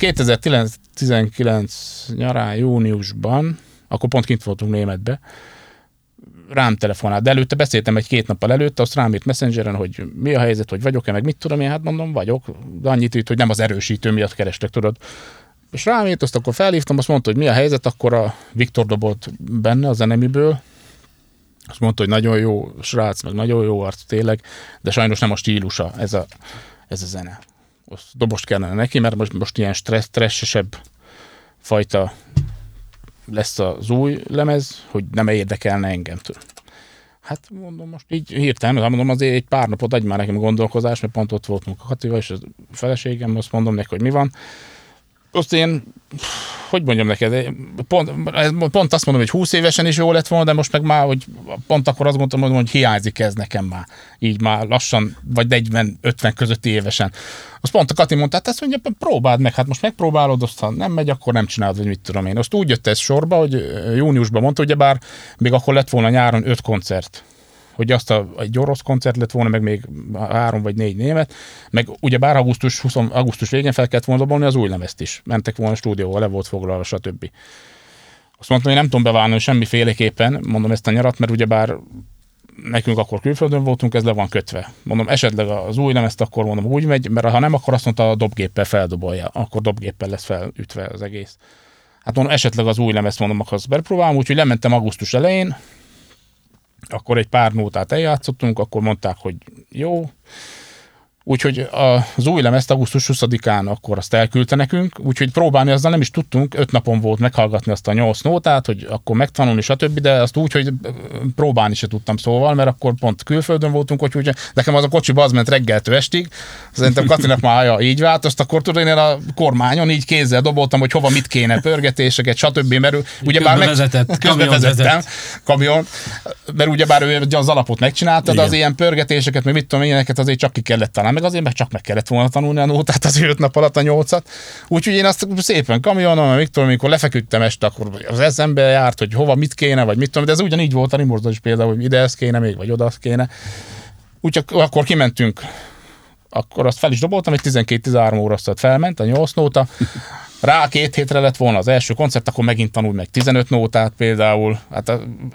2019 nyarán, júniusban, akkor pont kint voltunk Németbe, rám telefonált, de előtte beszéltem 1-2 nappal előtte, azt rám írt Messengeren, hogy mi a helyzet, hogy vagyok-e, meg mit tudom én, hát mondom, vagyok, de annyit írt, hogy nem az erősítő miatt kerestek, tudod. És rám jött, azt akkor felhívtam, azt mondta, hogy mi a helyzet, akkor a Viktor dobolt benne az Enemiből. Azt mondta, hogy nagyon jó srác, meg nagyon jó arc tényleg, de sajnos nem a stílusa ez a zene. Azt dobost kellene neki, mert most ilyen stresszesebb fajta lesz az új lemez, hogy nem érdekelne engemtől. Hát mondom, most így hirtelen, mondom, azért egy pár napot adj már nekem gondolkozás, mert pont ott voltunk a Katival, és a feleségem, azt mondom neki, hogy mi van. Azt én, hogy mondjam neked, pont azt mondom, hogy 20 évesen is jó lett volna, de most meg már, hogy pont akkor azt mondtam, hogy hiányzik ez nekem már. Így már lassan, vagy 40-50 közötti évesen. Azt pont a Kati mondta, hát ezt mondja, próbáld meg, hát most megpróbálod, azt ha nem megy, akkor nem csinálod, vagy mit tudom én. Azt úgy jött ez sorba, hogy júniusban mondta, ugyebár még akkor lett volna nyáron 5 koncert. Hogy azt egy orosz koncert lett volna, meg még 3 vagy 4 német, meg ugyebár augusztus végén fel kellett volna dobolni az új lemezt is. Mentek volna a stúdióval, le volt foglalva, stb. Azt mondtam, hogy nem tudom beválni semmiféleképpen, mondom ezt a nyarat, mert ugyebár nekünk akkor külföldön voltunk, ez le van kötve. Mondom, esetleg az új lemezt akkor mondom úgy megy, mert ha nem, akkor azt mondta, a dobgéppel feldobolja, akkor dobgéppel lesz felütve az egész. Hát mondom, esetleg az új lemezt mondom, akkor azt bepróbálom, úgyhogy lementem augusztus elején, akkor egy pár nótát eljátszottunk, akkor mondták, hogy jó. Úgyhogy az új lemezt augusztus 20-án akkor azt elküldte nekünk, úgyhogy próbálni azzal nem is tudtunk, 5 napon volt meghallgatni azt a 8 nótát, hogy akkor megtanulni, stb., de azt úgy, hogy próbálni se tudtam szóval, mert akkor pont külföldön voltunk, úgyhogy nekem az a kocsiba az ment reggeltől estig, szerintem Katinak már így vált, azt akkor tudod, én a kormányon így kézzel doboltam, hogy hova mit kéne, pörgetéseket, stb., mert ugyebár közbevezettem kamion, mert ugyebár ő az alapot megcsinálta, de az ilyen pörgetéseket, meg mit tudom, ilyeneket azért csak ki kellett találni. Meg azért, mert csak meg kellett volna tanulni a nótát az 5 nap alatt a 8-at. Úgyhogy én azt szépen kamionon, amikor lefeküdtem este, akkor az eszembe járt, hogy hova mit kéne, vagy mit tudom, de ez ugyanígy volt a Rimorzdon is például, hogy ide ez kéne még, vagy oda az kéne. Úgyhogy akkor kimentünk, akkor azt fel is doboltam, hogy 12-13 óra azt felment a 8 nóta. Rá 2 hétre lett volna az első koncert, akkor megint tanul meg 15 nótát például. Hát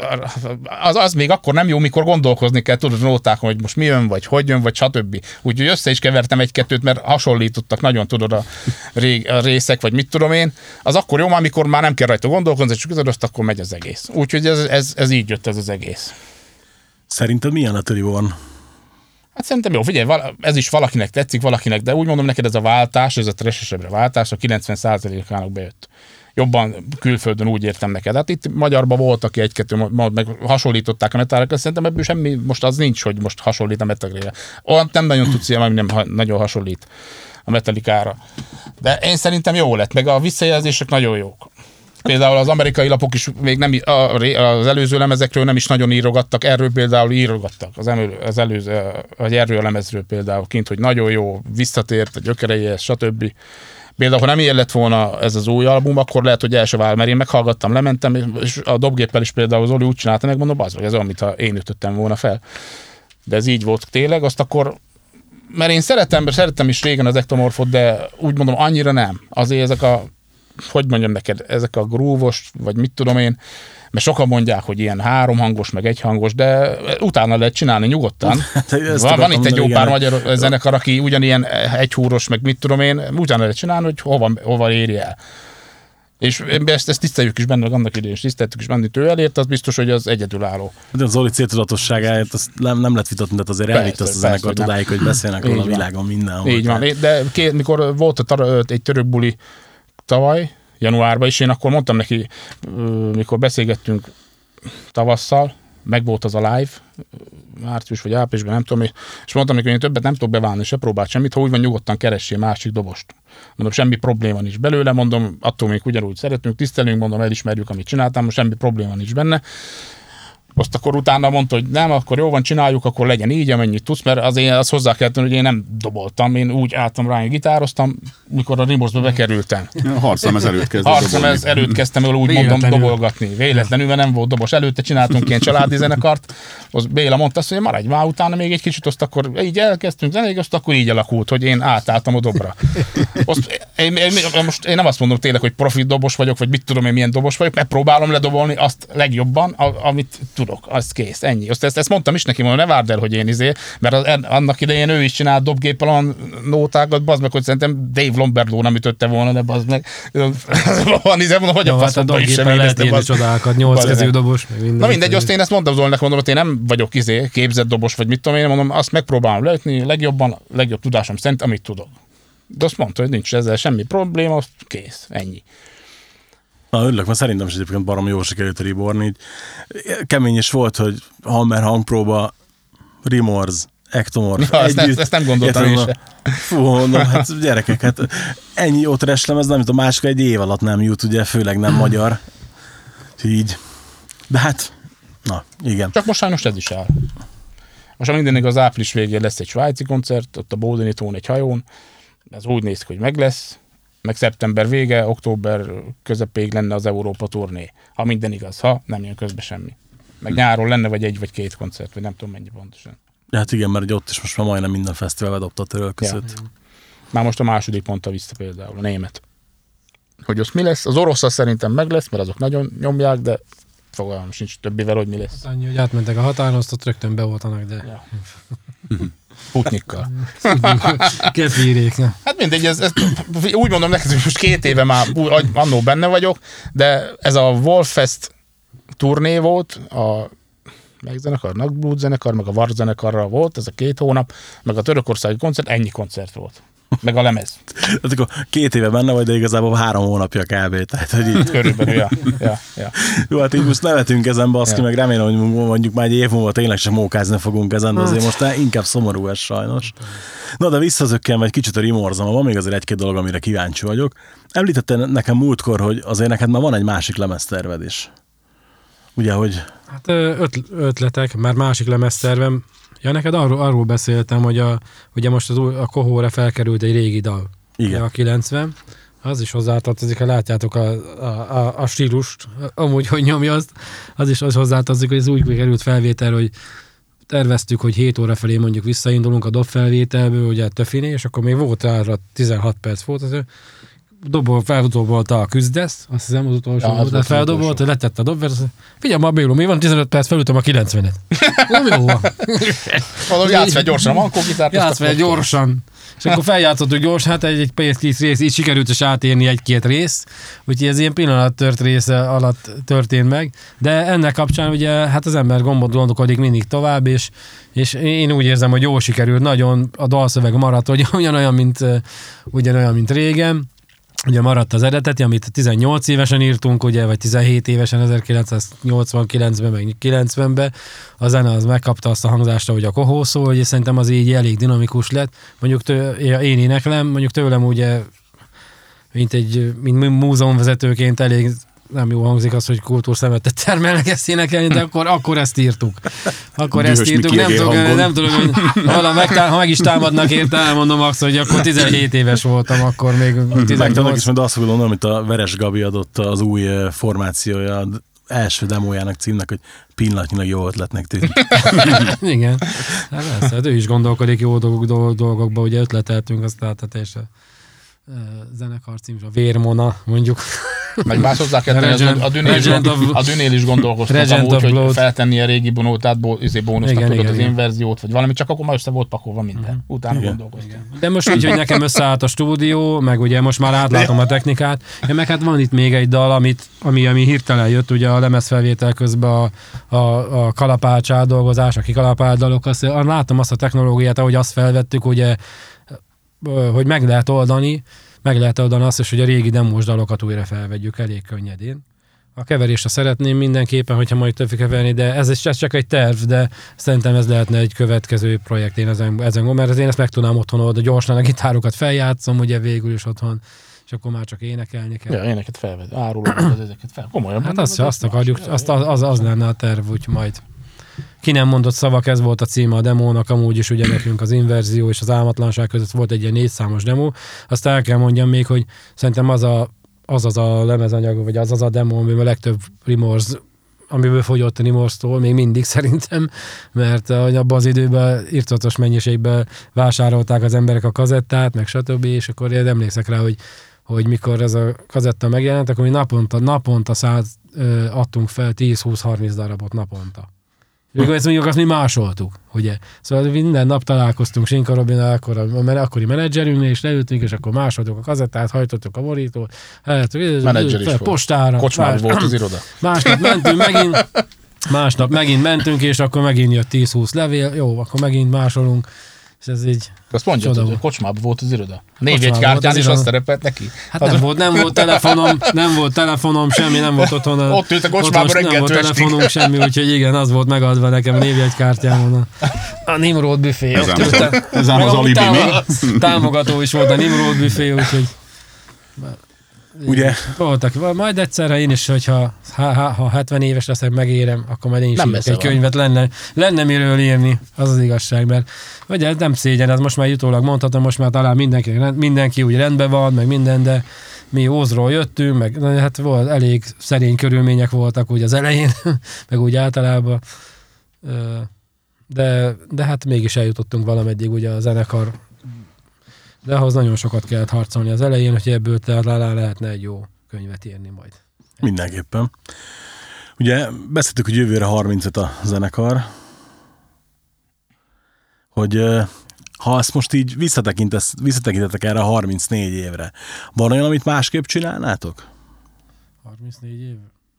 az még akkor nem jó, mikor gondolkozni kell, tudod, nótákon, hogy most mi jön, vagy hogy jön, vagy stb. Úgyhogy össze is kevertem 1-2-t, mert hasonlítottak nagyon, tudod, a részek, vagy mit tudom én. Az akkor jó, amikor már nem kell rajta gondolkozni, csak tudod, azt akkor megy az egész. Úgyhogy ez így jött ez az egész. Szerinted milyen a Trióban? Hát szerintem jó, figyelj, ez is valakinek tetszik, valakinek, de úgy mondom neked, ez a váltás, ez a trashesebbre váltás, a 90%-ának bejött. Jobban külföldön úgy értem neked. Hát itt magyarban voltak 1-2, meg hasonlították a metallica, szerintem ebből semmi, most az nincs, hogy most hasonlít a metallica. Olyan nem nagyon tudsz ilyen, ami nem nagyon hasonlít a metallicára. De én szerintem jó lett, meg a visszajelzések nagyon jók. Például az amerikai lapok is még nem, az előző lemezekről nem is nagyon írogattak, erről például írogattak, az előző, erről a lemezről például kint, hogy nagyon jó, visszatért a gyökereihez, stb. Például, ha nem ilyen lett volna ez az új album, akkor lehet, hogy el se vál, mert én meghallgattam, lementem, és a dobgéppel is például Zoli úgy csinálta, megmondom, az vagy, ez olyan, mintha én ütöttem volna fel. De ez így volt tényleg, azt akkor, mert én szerettem is régen az Ektomorfot, de úgy mondom, annyira nem. Azért ezek hogy mondjam neked, ezek a grúvos, vagy mit tudom én, mert sokan mondják, hogy ilyen 3 hangos, meg 1 hangos, de utána lehet csinálni nyugodtan. Van itt egy jó pár magyar zenekar, aki ugyanilyen 1 húros, meg mit tudom én, utána lehet csinálni, hogy hova éri el. És ezt tiszteljük is benne, annak idején is tiszteltük is benne, hogy ő elért, az biztos, hogy az egyedülálló. De az Zoli céltudatosságáért azt nem lehet vitatni, de azért elvitt azt a zenekart odáig, hogy beszélnek róla a világon mindenhol. Így van, de mikor volt egy török buli tavaly, januárban is, én akkor mondtam neki, mikor beszélgettünk tavasszal, meg volt az a live, március vagy áprilisban, nem tudom, és mondtam neki, hogy én többet nem tudok beválni, se próbált semmit, ha úgy van, nyugodtan keressél másik dobost. Mondom, semmi probléma nincs belőle, mondom, attól még ugyanúgy szeretünk, tisztelünk, mondom, elismerjük, amit csináltam, semmi probléma nincs benne. Azt akkor utána mondta, hogy nem, akkor jó van, csináljuk, akkor legyen így, amennyit tudsz, mert azért azt hozzá kell tenni, hogy én nem doboltam, én úgy álltam rá, gitároztam, mikor a Rimorzdba bekerültem. Harclemez előtt kezdtem el úgy mondom dobolgatni. Véletlenül, mert nem volt dobos. Előtte csináltunk ilyen családi zenekart, az Béla mondta azt, hogy maradj már utána még egy kicsit, azt akkor így elkezdtünk zenék, azt akkor így alakult, hogy én átálltam a dobra. Most én nem azt mondom tényleg, hogy profi dobos vagyok, vagy mit tudom én milyen dobos vagyok, mert próbálom ledobolni azt legjobban, amit tudok. tudok, az kész, ennyi. Ezt mondtam is neki, mondom, ne várd el, hogy én mert annak idején ő is csinált dobgéppel a nótákat, bazd meg, hogy szerintem Dave Lombardo nem ütötte volna, de bazd meg. Van mondom, hogy a faszomba is sem lehet írni csodákat, 8 kezű dobos, meg minden. Na mindegy, azt én ezt mondtam Zolinak, mondom, hogy én nem vagyok képzett dobos, vagy mit tudom én, mondom, azt megpróbálom leütni legjobb tudásom szerint, amit tudok. De azt mondta, hogy nincs ezzel semmi probléma, kész, ennyi. Na, örülök, mert szerintem is egyébként baromi jól sikerült a Reborn, így kemény is volt, hogy Hammer hangpróba, Remorse, Ectomorph együtt. Ezt nem gondoltam én se. Fú, mondom, hát gyerekek, hát ennyi jó trash-lemez, nem, mint a másik egy év alatt nem jut, ugye, főleg nem magyar. Így. De hát, na, igen. Csak most sajnos ez is áll. Most minden igaz, április végén lesz egy svájci koncert, ott a Bódinitón egy hajón. Ez úgy néz ki, hogy meg lesz. Meg szeptember vége, október közepéig lenne az Európa turné. Ha minden igaz, ha nem jön közbe semmi. Meg nyáron lenne vagy egy vagy két koncert, vagy nem tudom mennyi pontosan. Hát igen, mert ott is most már majdnem minden fesztivál dobta a törölközött. Ja. Már most a második mondta vissza például, a német. Hogy az mi lesz? Az orosz szerintem meg lesz, mert azok nagyon nyomják, de fogalmam sincs többivel, hogy mi lesz. Hát annyi, hogy átmentek a határon, azt ott rögtön beoltanak, de... Ja. Putnikkal. Kefírék, ne? Hát mindegy, ez úgy mondom neked, hogy most 2 éve már annó benne vagyok, de ez a Wolffest turné volt, a megzenekar, Nagblut zenekar, meg a Var zenekarra volt, ez a 2 hónap, meg a törökországi koncert, ennyi koncert volt. Meg a lemez. Hát akkor 2 éve benne vagy, de igazából 3 hónapja kb. Tehát, hogy így... Körülbelül, ja. Jó, hát így most nevetünk ezen, baszki, meg remélem, hogy mondjuk már egy év múlva tényleg sem mókázni fogunk ezen, de azért most inkább szomorú ez sajnos. Na, de visszazökkem egy kicsit a Remorse-ra, van még azért 1-2 dolog, amire kíváncsi vagyok. Említette nekem múltkor, hogy azért neked már van egy másik lemezterved is. Ugye, hogy... Hát ötletek, már másik lemeztervem. Ja, neked arról beszéltem, hogy ugye most a Kohóra felkerült egy régi dal. Igen. A 90. Az is hozzátartozik, ha látjátok a stílust, amúgy, hogy nyomja azt, az is hozzátartozik, hogy ez úgy került felvétel, hogy terveztük, hogy 7 óra felé mondjuk visszaindulunk a dobfelvételből, ugye Töfiné, és akkor még volt rá 16 perc volt, az feldobolta a küzdesz, azt hiszem az utolsó volt, feldobolta, letette a dobvert, figyelj ma Bélo, mi van, 15 perc felütöm a 90-et. Nem jó van. Mondom, játsz fel gyorsan, van kogitárt. Játsz fel gyorsan. És akkor feljátszottuk gyors, hát egy kis rész, így sikerült is átérni 1-2 rész, úgyhogy ez ilyen pillanat része alatt történt meg, de ennek kapcsán ugye hát az ember gondolkodik mindig tovább, és én úgy érzem, hogy jól sikerült, nagyon a dalszöveg maradt, hogy ugyanolyan, mint régen. Ugye maradt az eredeti, amit 18 évesen írtunk, ugye, vagy 17 évesen, 1989-ben, meg 90-ben. A zene az megkapta azt a hangzást, hogy a Kohó szól, hogy szerintem az így elég dinamikus lett. Mondjuk én éneklem, mondjuk tőlem ugye, mint múzeumvezetőként elég nem jó hangzik az, hogy kultúrszemetet termelnek ezt énekelni, de akkor ezt írtuk. Nem tudom, hogy ha meg is támadnak érte, elmondom azt, hogy akkor 17 éves voltam, akkor még 18. És majd azt fogom mondani, amit a Veres Gabi adott az új formációja, első demójának címnek, hogy pillanatnyilag jó ötletnek tűnik. Igen. Hát ő is gondolkodik jó dolgokba, ugye ötleteltünk, aztán teljesen zenekar cím, a Vérmona, mondjuk. Meg más hozzá kell tenni, a Dünél is gondolkoztak amúgy, hogy feltenni a régi bonótát, bónusznak tudod az inverziót, vagy valami, csak akkor már össze volt pakolva minden. Utána gondolkoztak. De most úgy, hogy nekem összeállt a stúdió, meg ugye most már átlátom a technikát, meg hát van itt még egy dal, ami hirtelen jött, ugye a lemezfelvétel közben a kalapács átdolgozás, a kikalapált dalok, látom azt a technológiát, ahogy azt felvettük, ugye, hogy meg lehet oldani azt is, hogy a régi demós dalokat újra felvegyük elég könnyedén. A keverésre szeretném mindenképpen, hogyha majd többé keverni, de ez csak egy terv, de szerintem ez lehetne egy következő projekt én ezen mert én ezt meg tudnám otthon oldani, gyorsan a gitárokat feljátszom, ugye végül is otthon, és akkor már csak énekelni kell. Ja, éneket felved, árulom ezeket fel. Komolyan. Hát azt akarjuk, az lenne a terv, úgy majd. Ki nem mondott szavak, ez volt a címe a demónak, amúgy is ugye nekünk az inverzió és az álmatlanság között volt egy ilyen 4 számos demó. Azt el kell mondjam még, hogy szerintem az a lemezanyag, vagy az a demo, amiben a legtöbb Remorse, amiből fogyott a Remorse-tól, még mindig szerintem, mert abban az időben irtózatos mennyiségben vásárolták az emberek a kazettát, meg stb. És akkor én emlékszek rá, hogy hogy mikor ez a kazetta megjelent, akkor mi naponta adtunk fel 10-20-30 darabot naponta. Ezt mondjuk azt mi másoltuk, ugye? Szóval minden nap találkoztunk Sinka Robinnal, akkori menedzserünknél, és leültünk, és akkor másoltuk a kazettát, hajtottuk a borítót, menedzser is postára. Kocsmában volt az iroda. Másnap megint mentünk, és akkor megint jött 10-20 levél, jó, akkor megint másolunk, és ez így... Azt mondja, hogy kocsmában volt az iroda. Névjegykártyán is azt szerepelt neki. Hát nem volt telefonom, semmi, nem volt otthon. Ott ült a kocsmában reggeltől nem volt telefonunk, semmi, úgyhogy igen, az volt megadva nekem a névjegykártyámon. A Nimrod büfé. Ez ám az alibi, mi? Támogató is volt a Nimrod büfé, úgyhogy... Ugye? Voltak. Majd egyszer, ha én is, hogyha 70 éves leszek, megérem, akkor majd én is írok egy könyvet, lenne miről írni, az az igazság, mert ugye nem szégyen, ez most már jutólag mondhatom, most már talán mindenki úgy rendben van, meg minden, de mi Ózról jöttünk, meg hát volt, elég szerény körülmények voltak úgy az elején, meg úgy általában, de hát mégis eljutottunk valameddig ugye a zenekar, de ahhoz nagyon sokat kellett harcolni az elején, hogy ebből talán lehetne egy jó könyvet írni majd. Mindenképpen. Ugye beszéltük, hogy jövőre 35 a zenekar, hogy ha azt most így visszatekintetek erre a 34 évre, van olyan, amit másképp csinálnátok? 34 év?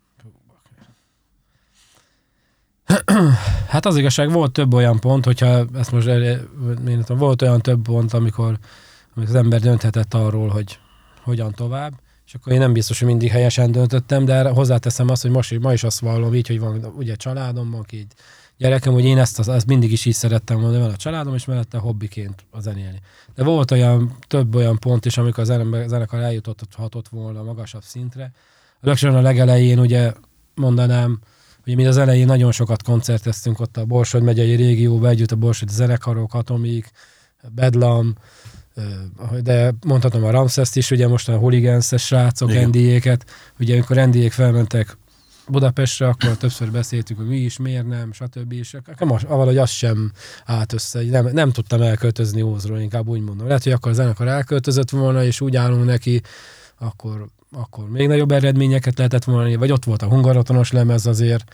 Hát az igazság, volt több olyan pont, hogyha ezt most volt olyan több pont, amikor az ember dönthetett arról, hogy hogyan tovább, és akkor én nem biztos, hogy mindig helyesen döntöttem, de hozzáteszem azt, hogy ma is azt vallom így, hogy van ugye családom, van két gyerekem, hogy én ezt mindig is így szerettem volna, van a családom, és mellette hobbiként a zenélni. De volt több olyan pont is, amikor a zenekar eljuthatott volna magasabb szintre. A legelején ugye mondanám, ugye mi az elején nagyon sokat koncerteztünk ott a Borsod megyei régióban, együtt a borsodi zenekarok, Atomik, Bedlam, de mondhatom a Ramszeszt is, ugye most a Hooligans-es srácok, NDA-ket, ugye amikor NDA-k felmentek Budapestre, akkor többször beszéltük, hogy mi is, miért nem, stb. És valahogy az sem állt össze, nem tudtam elköltözni Ózról, inkább úgy mondom. Lehet, hogy akkor a zenekar elköltözött volna, és úgy állunk neki, akkor még nagyobb eredményeket lehetett volna, vagy ott volt a Hungarotonos lemez azért,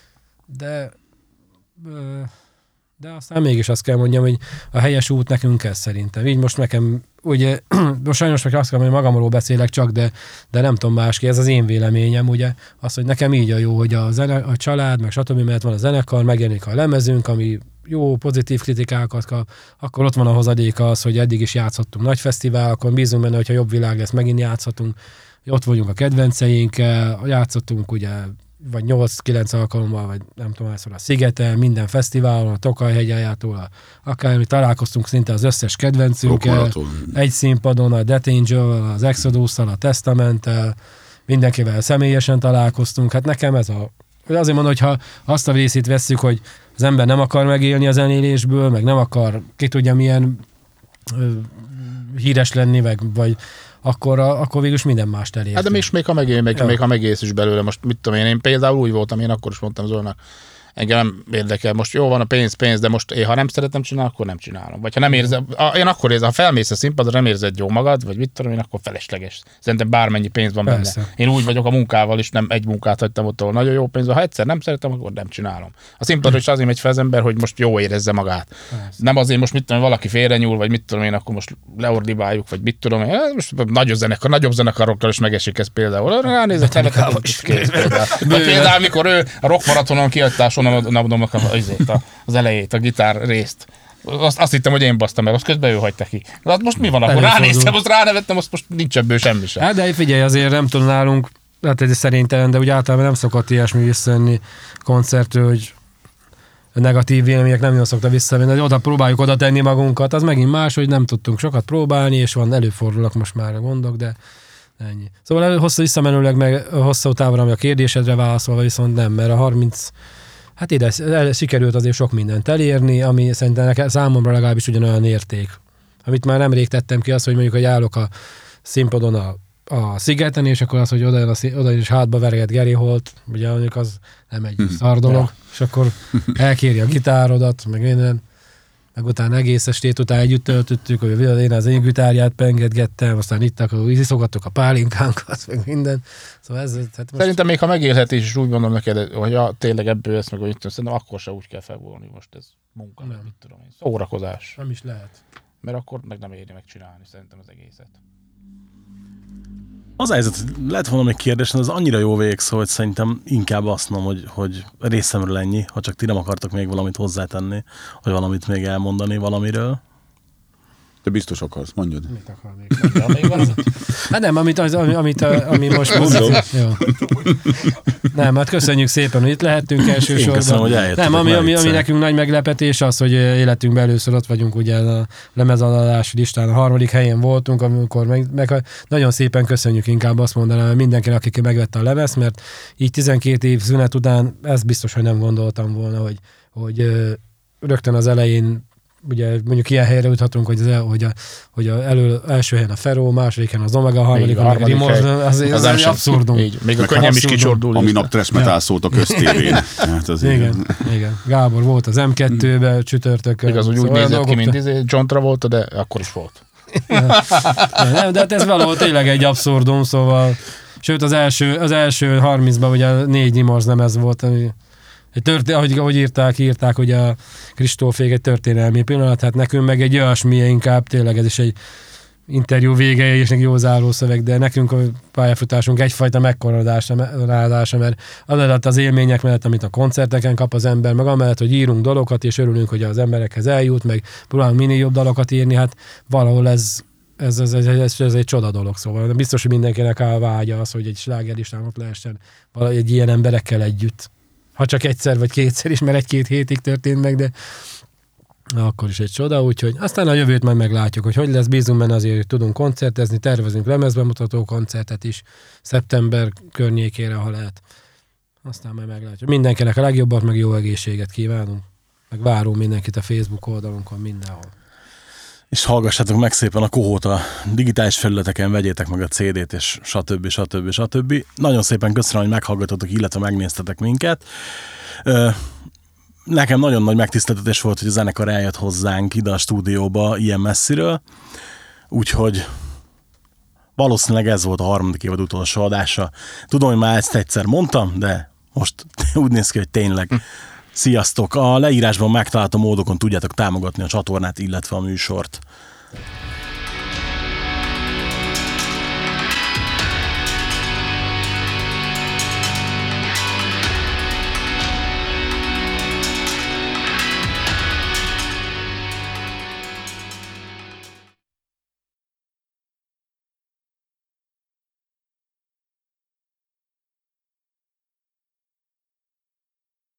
de aztán mégis azt kell mondjam, hogy a helyes út nekünk ez szerintem. Így most nekem, ugye, most sajnos meg azt kell mondani, hogy magamról beszélek csak, de nem tudom másképp, ez az én véleményem, ugye, az, hogy nekem így a jó, hogy a család, meg stb., mert van a zenekar, megjelenik a lemezünk, ami jó, pozitív kritikákat kap, akkor ott van a hozadéka az, hogy eddig is játszottunk nagy fesztiválokon, bízunk benne, hogyha jobb világ lesz, megint játszhatunk, ott vagyunk a kedvenceinkkel, játszottunk ugye vagy 8-9 alkalommal, vagy nem tudom, a Szigeten, minden fesztiválon, a Tokaj-hegyájától, akármi, találkoztunk szinte az összes kedvencünkkel, egy színpadon, a Death Angel, az Exodus-tal, a Testamenttel, mindenkivel személyesen találkoztunk. Hát nekem ez azért mondom, hogy ha azt a részét vesszük, hogy az ember nem akar megélni a zenélésből, meg nem akar, ki tudja milyen híres lenni, vagy akkor végülis minden mást elértünk. Hát de még ha megélsz is belőle, most mit tudom én például úgy voltam, én akkor is mondtam Zolnak, engem nem érdekel, most jó van a pénz, de most ha nem szeretem csinálni, akkor nem csinálom. Vagy ha nem érzem, én akkor érzem, ha felmész a színpadra, nem érzed jó magad, vagy mit tudom én, akkor felesleges. Szerintem bármennyi pénz van benne. Én úgy vagyok a munkával is, nem egy munkát hagytam ott, ahol nagyon jó pénz van. Ha egyszer nem szeretem, akkor nem csinálom. A színpadra is azért megy fel az ember, hogy most jó érezze magát. Persze. Nem azért most mit tudom, valaki félrenyúl, vagy mit tudom én, akkor most leordibáljuk, vagy mit tudom én. Most nagyobb zenekarokkal is megesik ez például. Ránézek, például, amikor ő a rock maratonon kiadtáson az elejét, a gitár részt. Azt hittem, hogy én basztam meg, azt közben ő hagyta ki. De most mi van akkor? Ránéztem, azt ránevettem, most nincs ebből semmi sem. Hát de figyelj, azért nem tudom nálunk, hát ez szerintelen, de úgy általában nem szokott ilyesmi visszajönni koncertről, hogy negatív vélemények nem jól szokta visszavenni, hogy oda próbáljuk oda tenni magunkat, az megint más, hogy nem tudtunk sokat próbálni, és előfordulnak most már a gondok, de ennyi. Szóval visszamenőleg meg hosszú távra, ami a kérdésedre válaszolva, viszont nem, mert a 30, hát ide sikerült azért sok mindent elérni, ami szerintem számomra legalábbis ugyanolyan érték. Amit már nemrég tettem ki, az, hogy mondjuk, hogy állok a színpadon a Szigeten, és akkor az, hogy oda is hátba verget Geri Holt, ugye az nem egy szar dolog, és akkor elkéri a gitárodat, meg minden. meg utána egész estét után együtt töltöttük, hogy én az én gitárját pengetgettem, aztán iszogattuk a pálinkánkat, meg minden. Szóval ez, hát most... Szerintem még ha megélhetés is úgy mondom neked, hogy tényleg ebből lesz meg, hogy szerintem akkor se úgy kell felvonulni, most ez munka, nem. Mit tudom én. Szórakozás. Nem is lehet. Mert akkor meg nem éri megcsinálni szerintem az egészet. Az a helyzet, lehet volna még kérdés, de az annyira jó végszó, hogy szerintem inkább azt mondom, hogy részemről ennyi, ha csak ti nem akartok még valamit hozzátenni, vagy valamit még elmondani valamiről. Te biztos akarsz, mondjad. Mit akar még? Hát nem, ami most mondom. Jó. Nem, hát köszönjük szépen, hogy itt lehettünk elsősorban. Én köszönöm, hogy eljöttetek. Nem, ami nekünk nagy meglepetés az, hogy életünkben először ott vagyunk ugye a lemezadalási listán, a 3. helyen voltunk, amikor meg nagyon szépen köszönjük, inkább azt mondanám mindenkinek, aki megvette a lemezt, mert így 12 év szünet után ezt biztos, hogy nem gondoltam volna, hogy rögtön az elején ugye mondjuk ilyen helyre juthatunk, hogy első helyen a Feró, második helyen az Omega, harmadikon meg a Rimors, az egy abszurdum. Így, még a könnyem is kicsordul. Ami nap trash metal szólt a köztévén. Hát igen. Gábor volt az M2-be csütörtökön. Igaz, hogy úgy nézett ki, mint John Travolta, de akkor is volt. Nem, de hát ez valahol tényleg egy abszurdum, szóval sőt az első 30-ban ugye 4 Rimors nem ez volt, ami ahogy írták, hogy a Kristófék egy történelmi pillanat, hát nekünk meg egy olyasmi, inkább tényleg ez is egy interjú vége és egy jó zárószöveg, de nekünk a pályafutásunk egyfajta megkoronádása, mert adott az élmények mellett, amit a koncerteken kap az ember, meg amellett, hogy írunk dalokat, és örülünk, hogy az emberekhez eljut, meg próbálunk minél jobb dalokat írni, hát valahol ez egy csoda dolog, szóval biztos, hogy mindenkinek áll vágya az, hogy egy slágerlistán ott lehessen egy ilyen emberekkel együtt. Ha csak egyszer vagy kétszer is, mert 1-2 hétig történt meg, de akkor is egy csoda, úgyhogy aztán a jövőt majd meglátjuk, hogy lesz, bízunk benne azért, hogy tudunk koncertezni, tervezünk lemezbemutató koncertet is szeptember környékére, ha lehet. Aztán majd meglátjuk. Mindenkinek a legjobbat, meg jó egészséget kívánunk. Meg várunk mindenkit a Facebook oldalunkon, mindenhol. És hallgassátok meg szépen a Kohót a digitális felületeken, vegyétek meg a CD-t, és stb. Nagyon szépen köszönöm, hogy meghallgatotok, illetve megnéztetek minket. Nekem nagyon nagy megtiszteltetés volt, hogy a zenekar eljött hozzánk ide a stúdióba ilyen messziről, úgyhogy valószínűleg ez volt a 3. évad utolsó adása. Tudom, hogy már ezt egyszer mondtam, de most úgy néz ki, hogy tényleg. Sziasztok! A leírásban megtalálható módokon tudjátok támogatni a csatornát, illetve a műsort.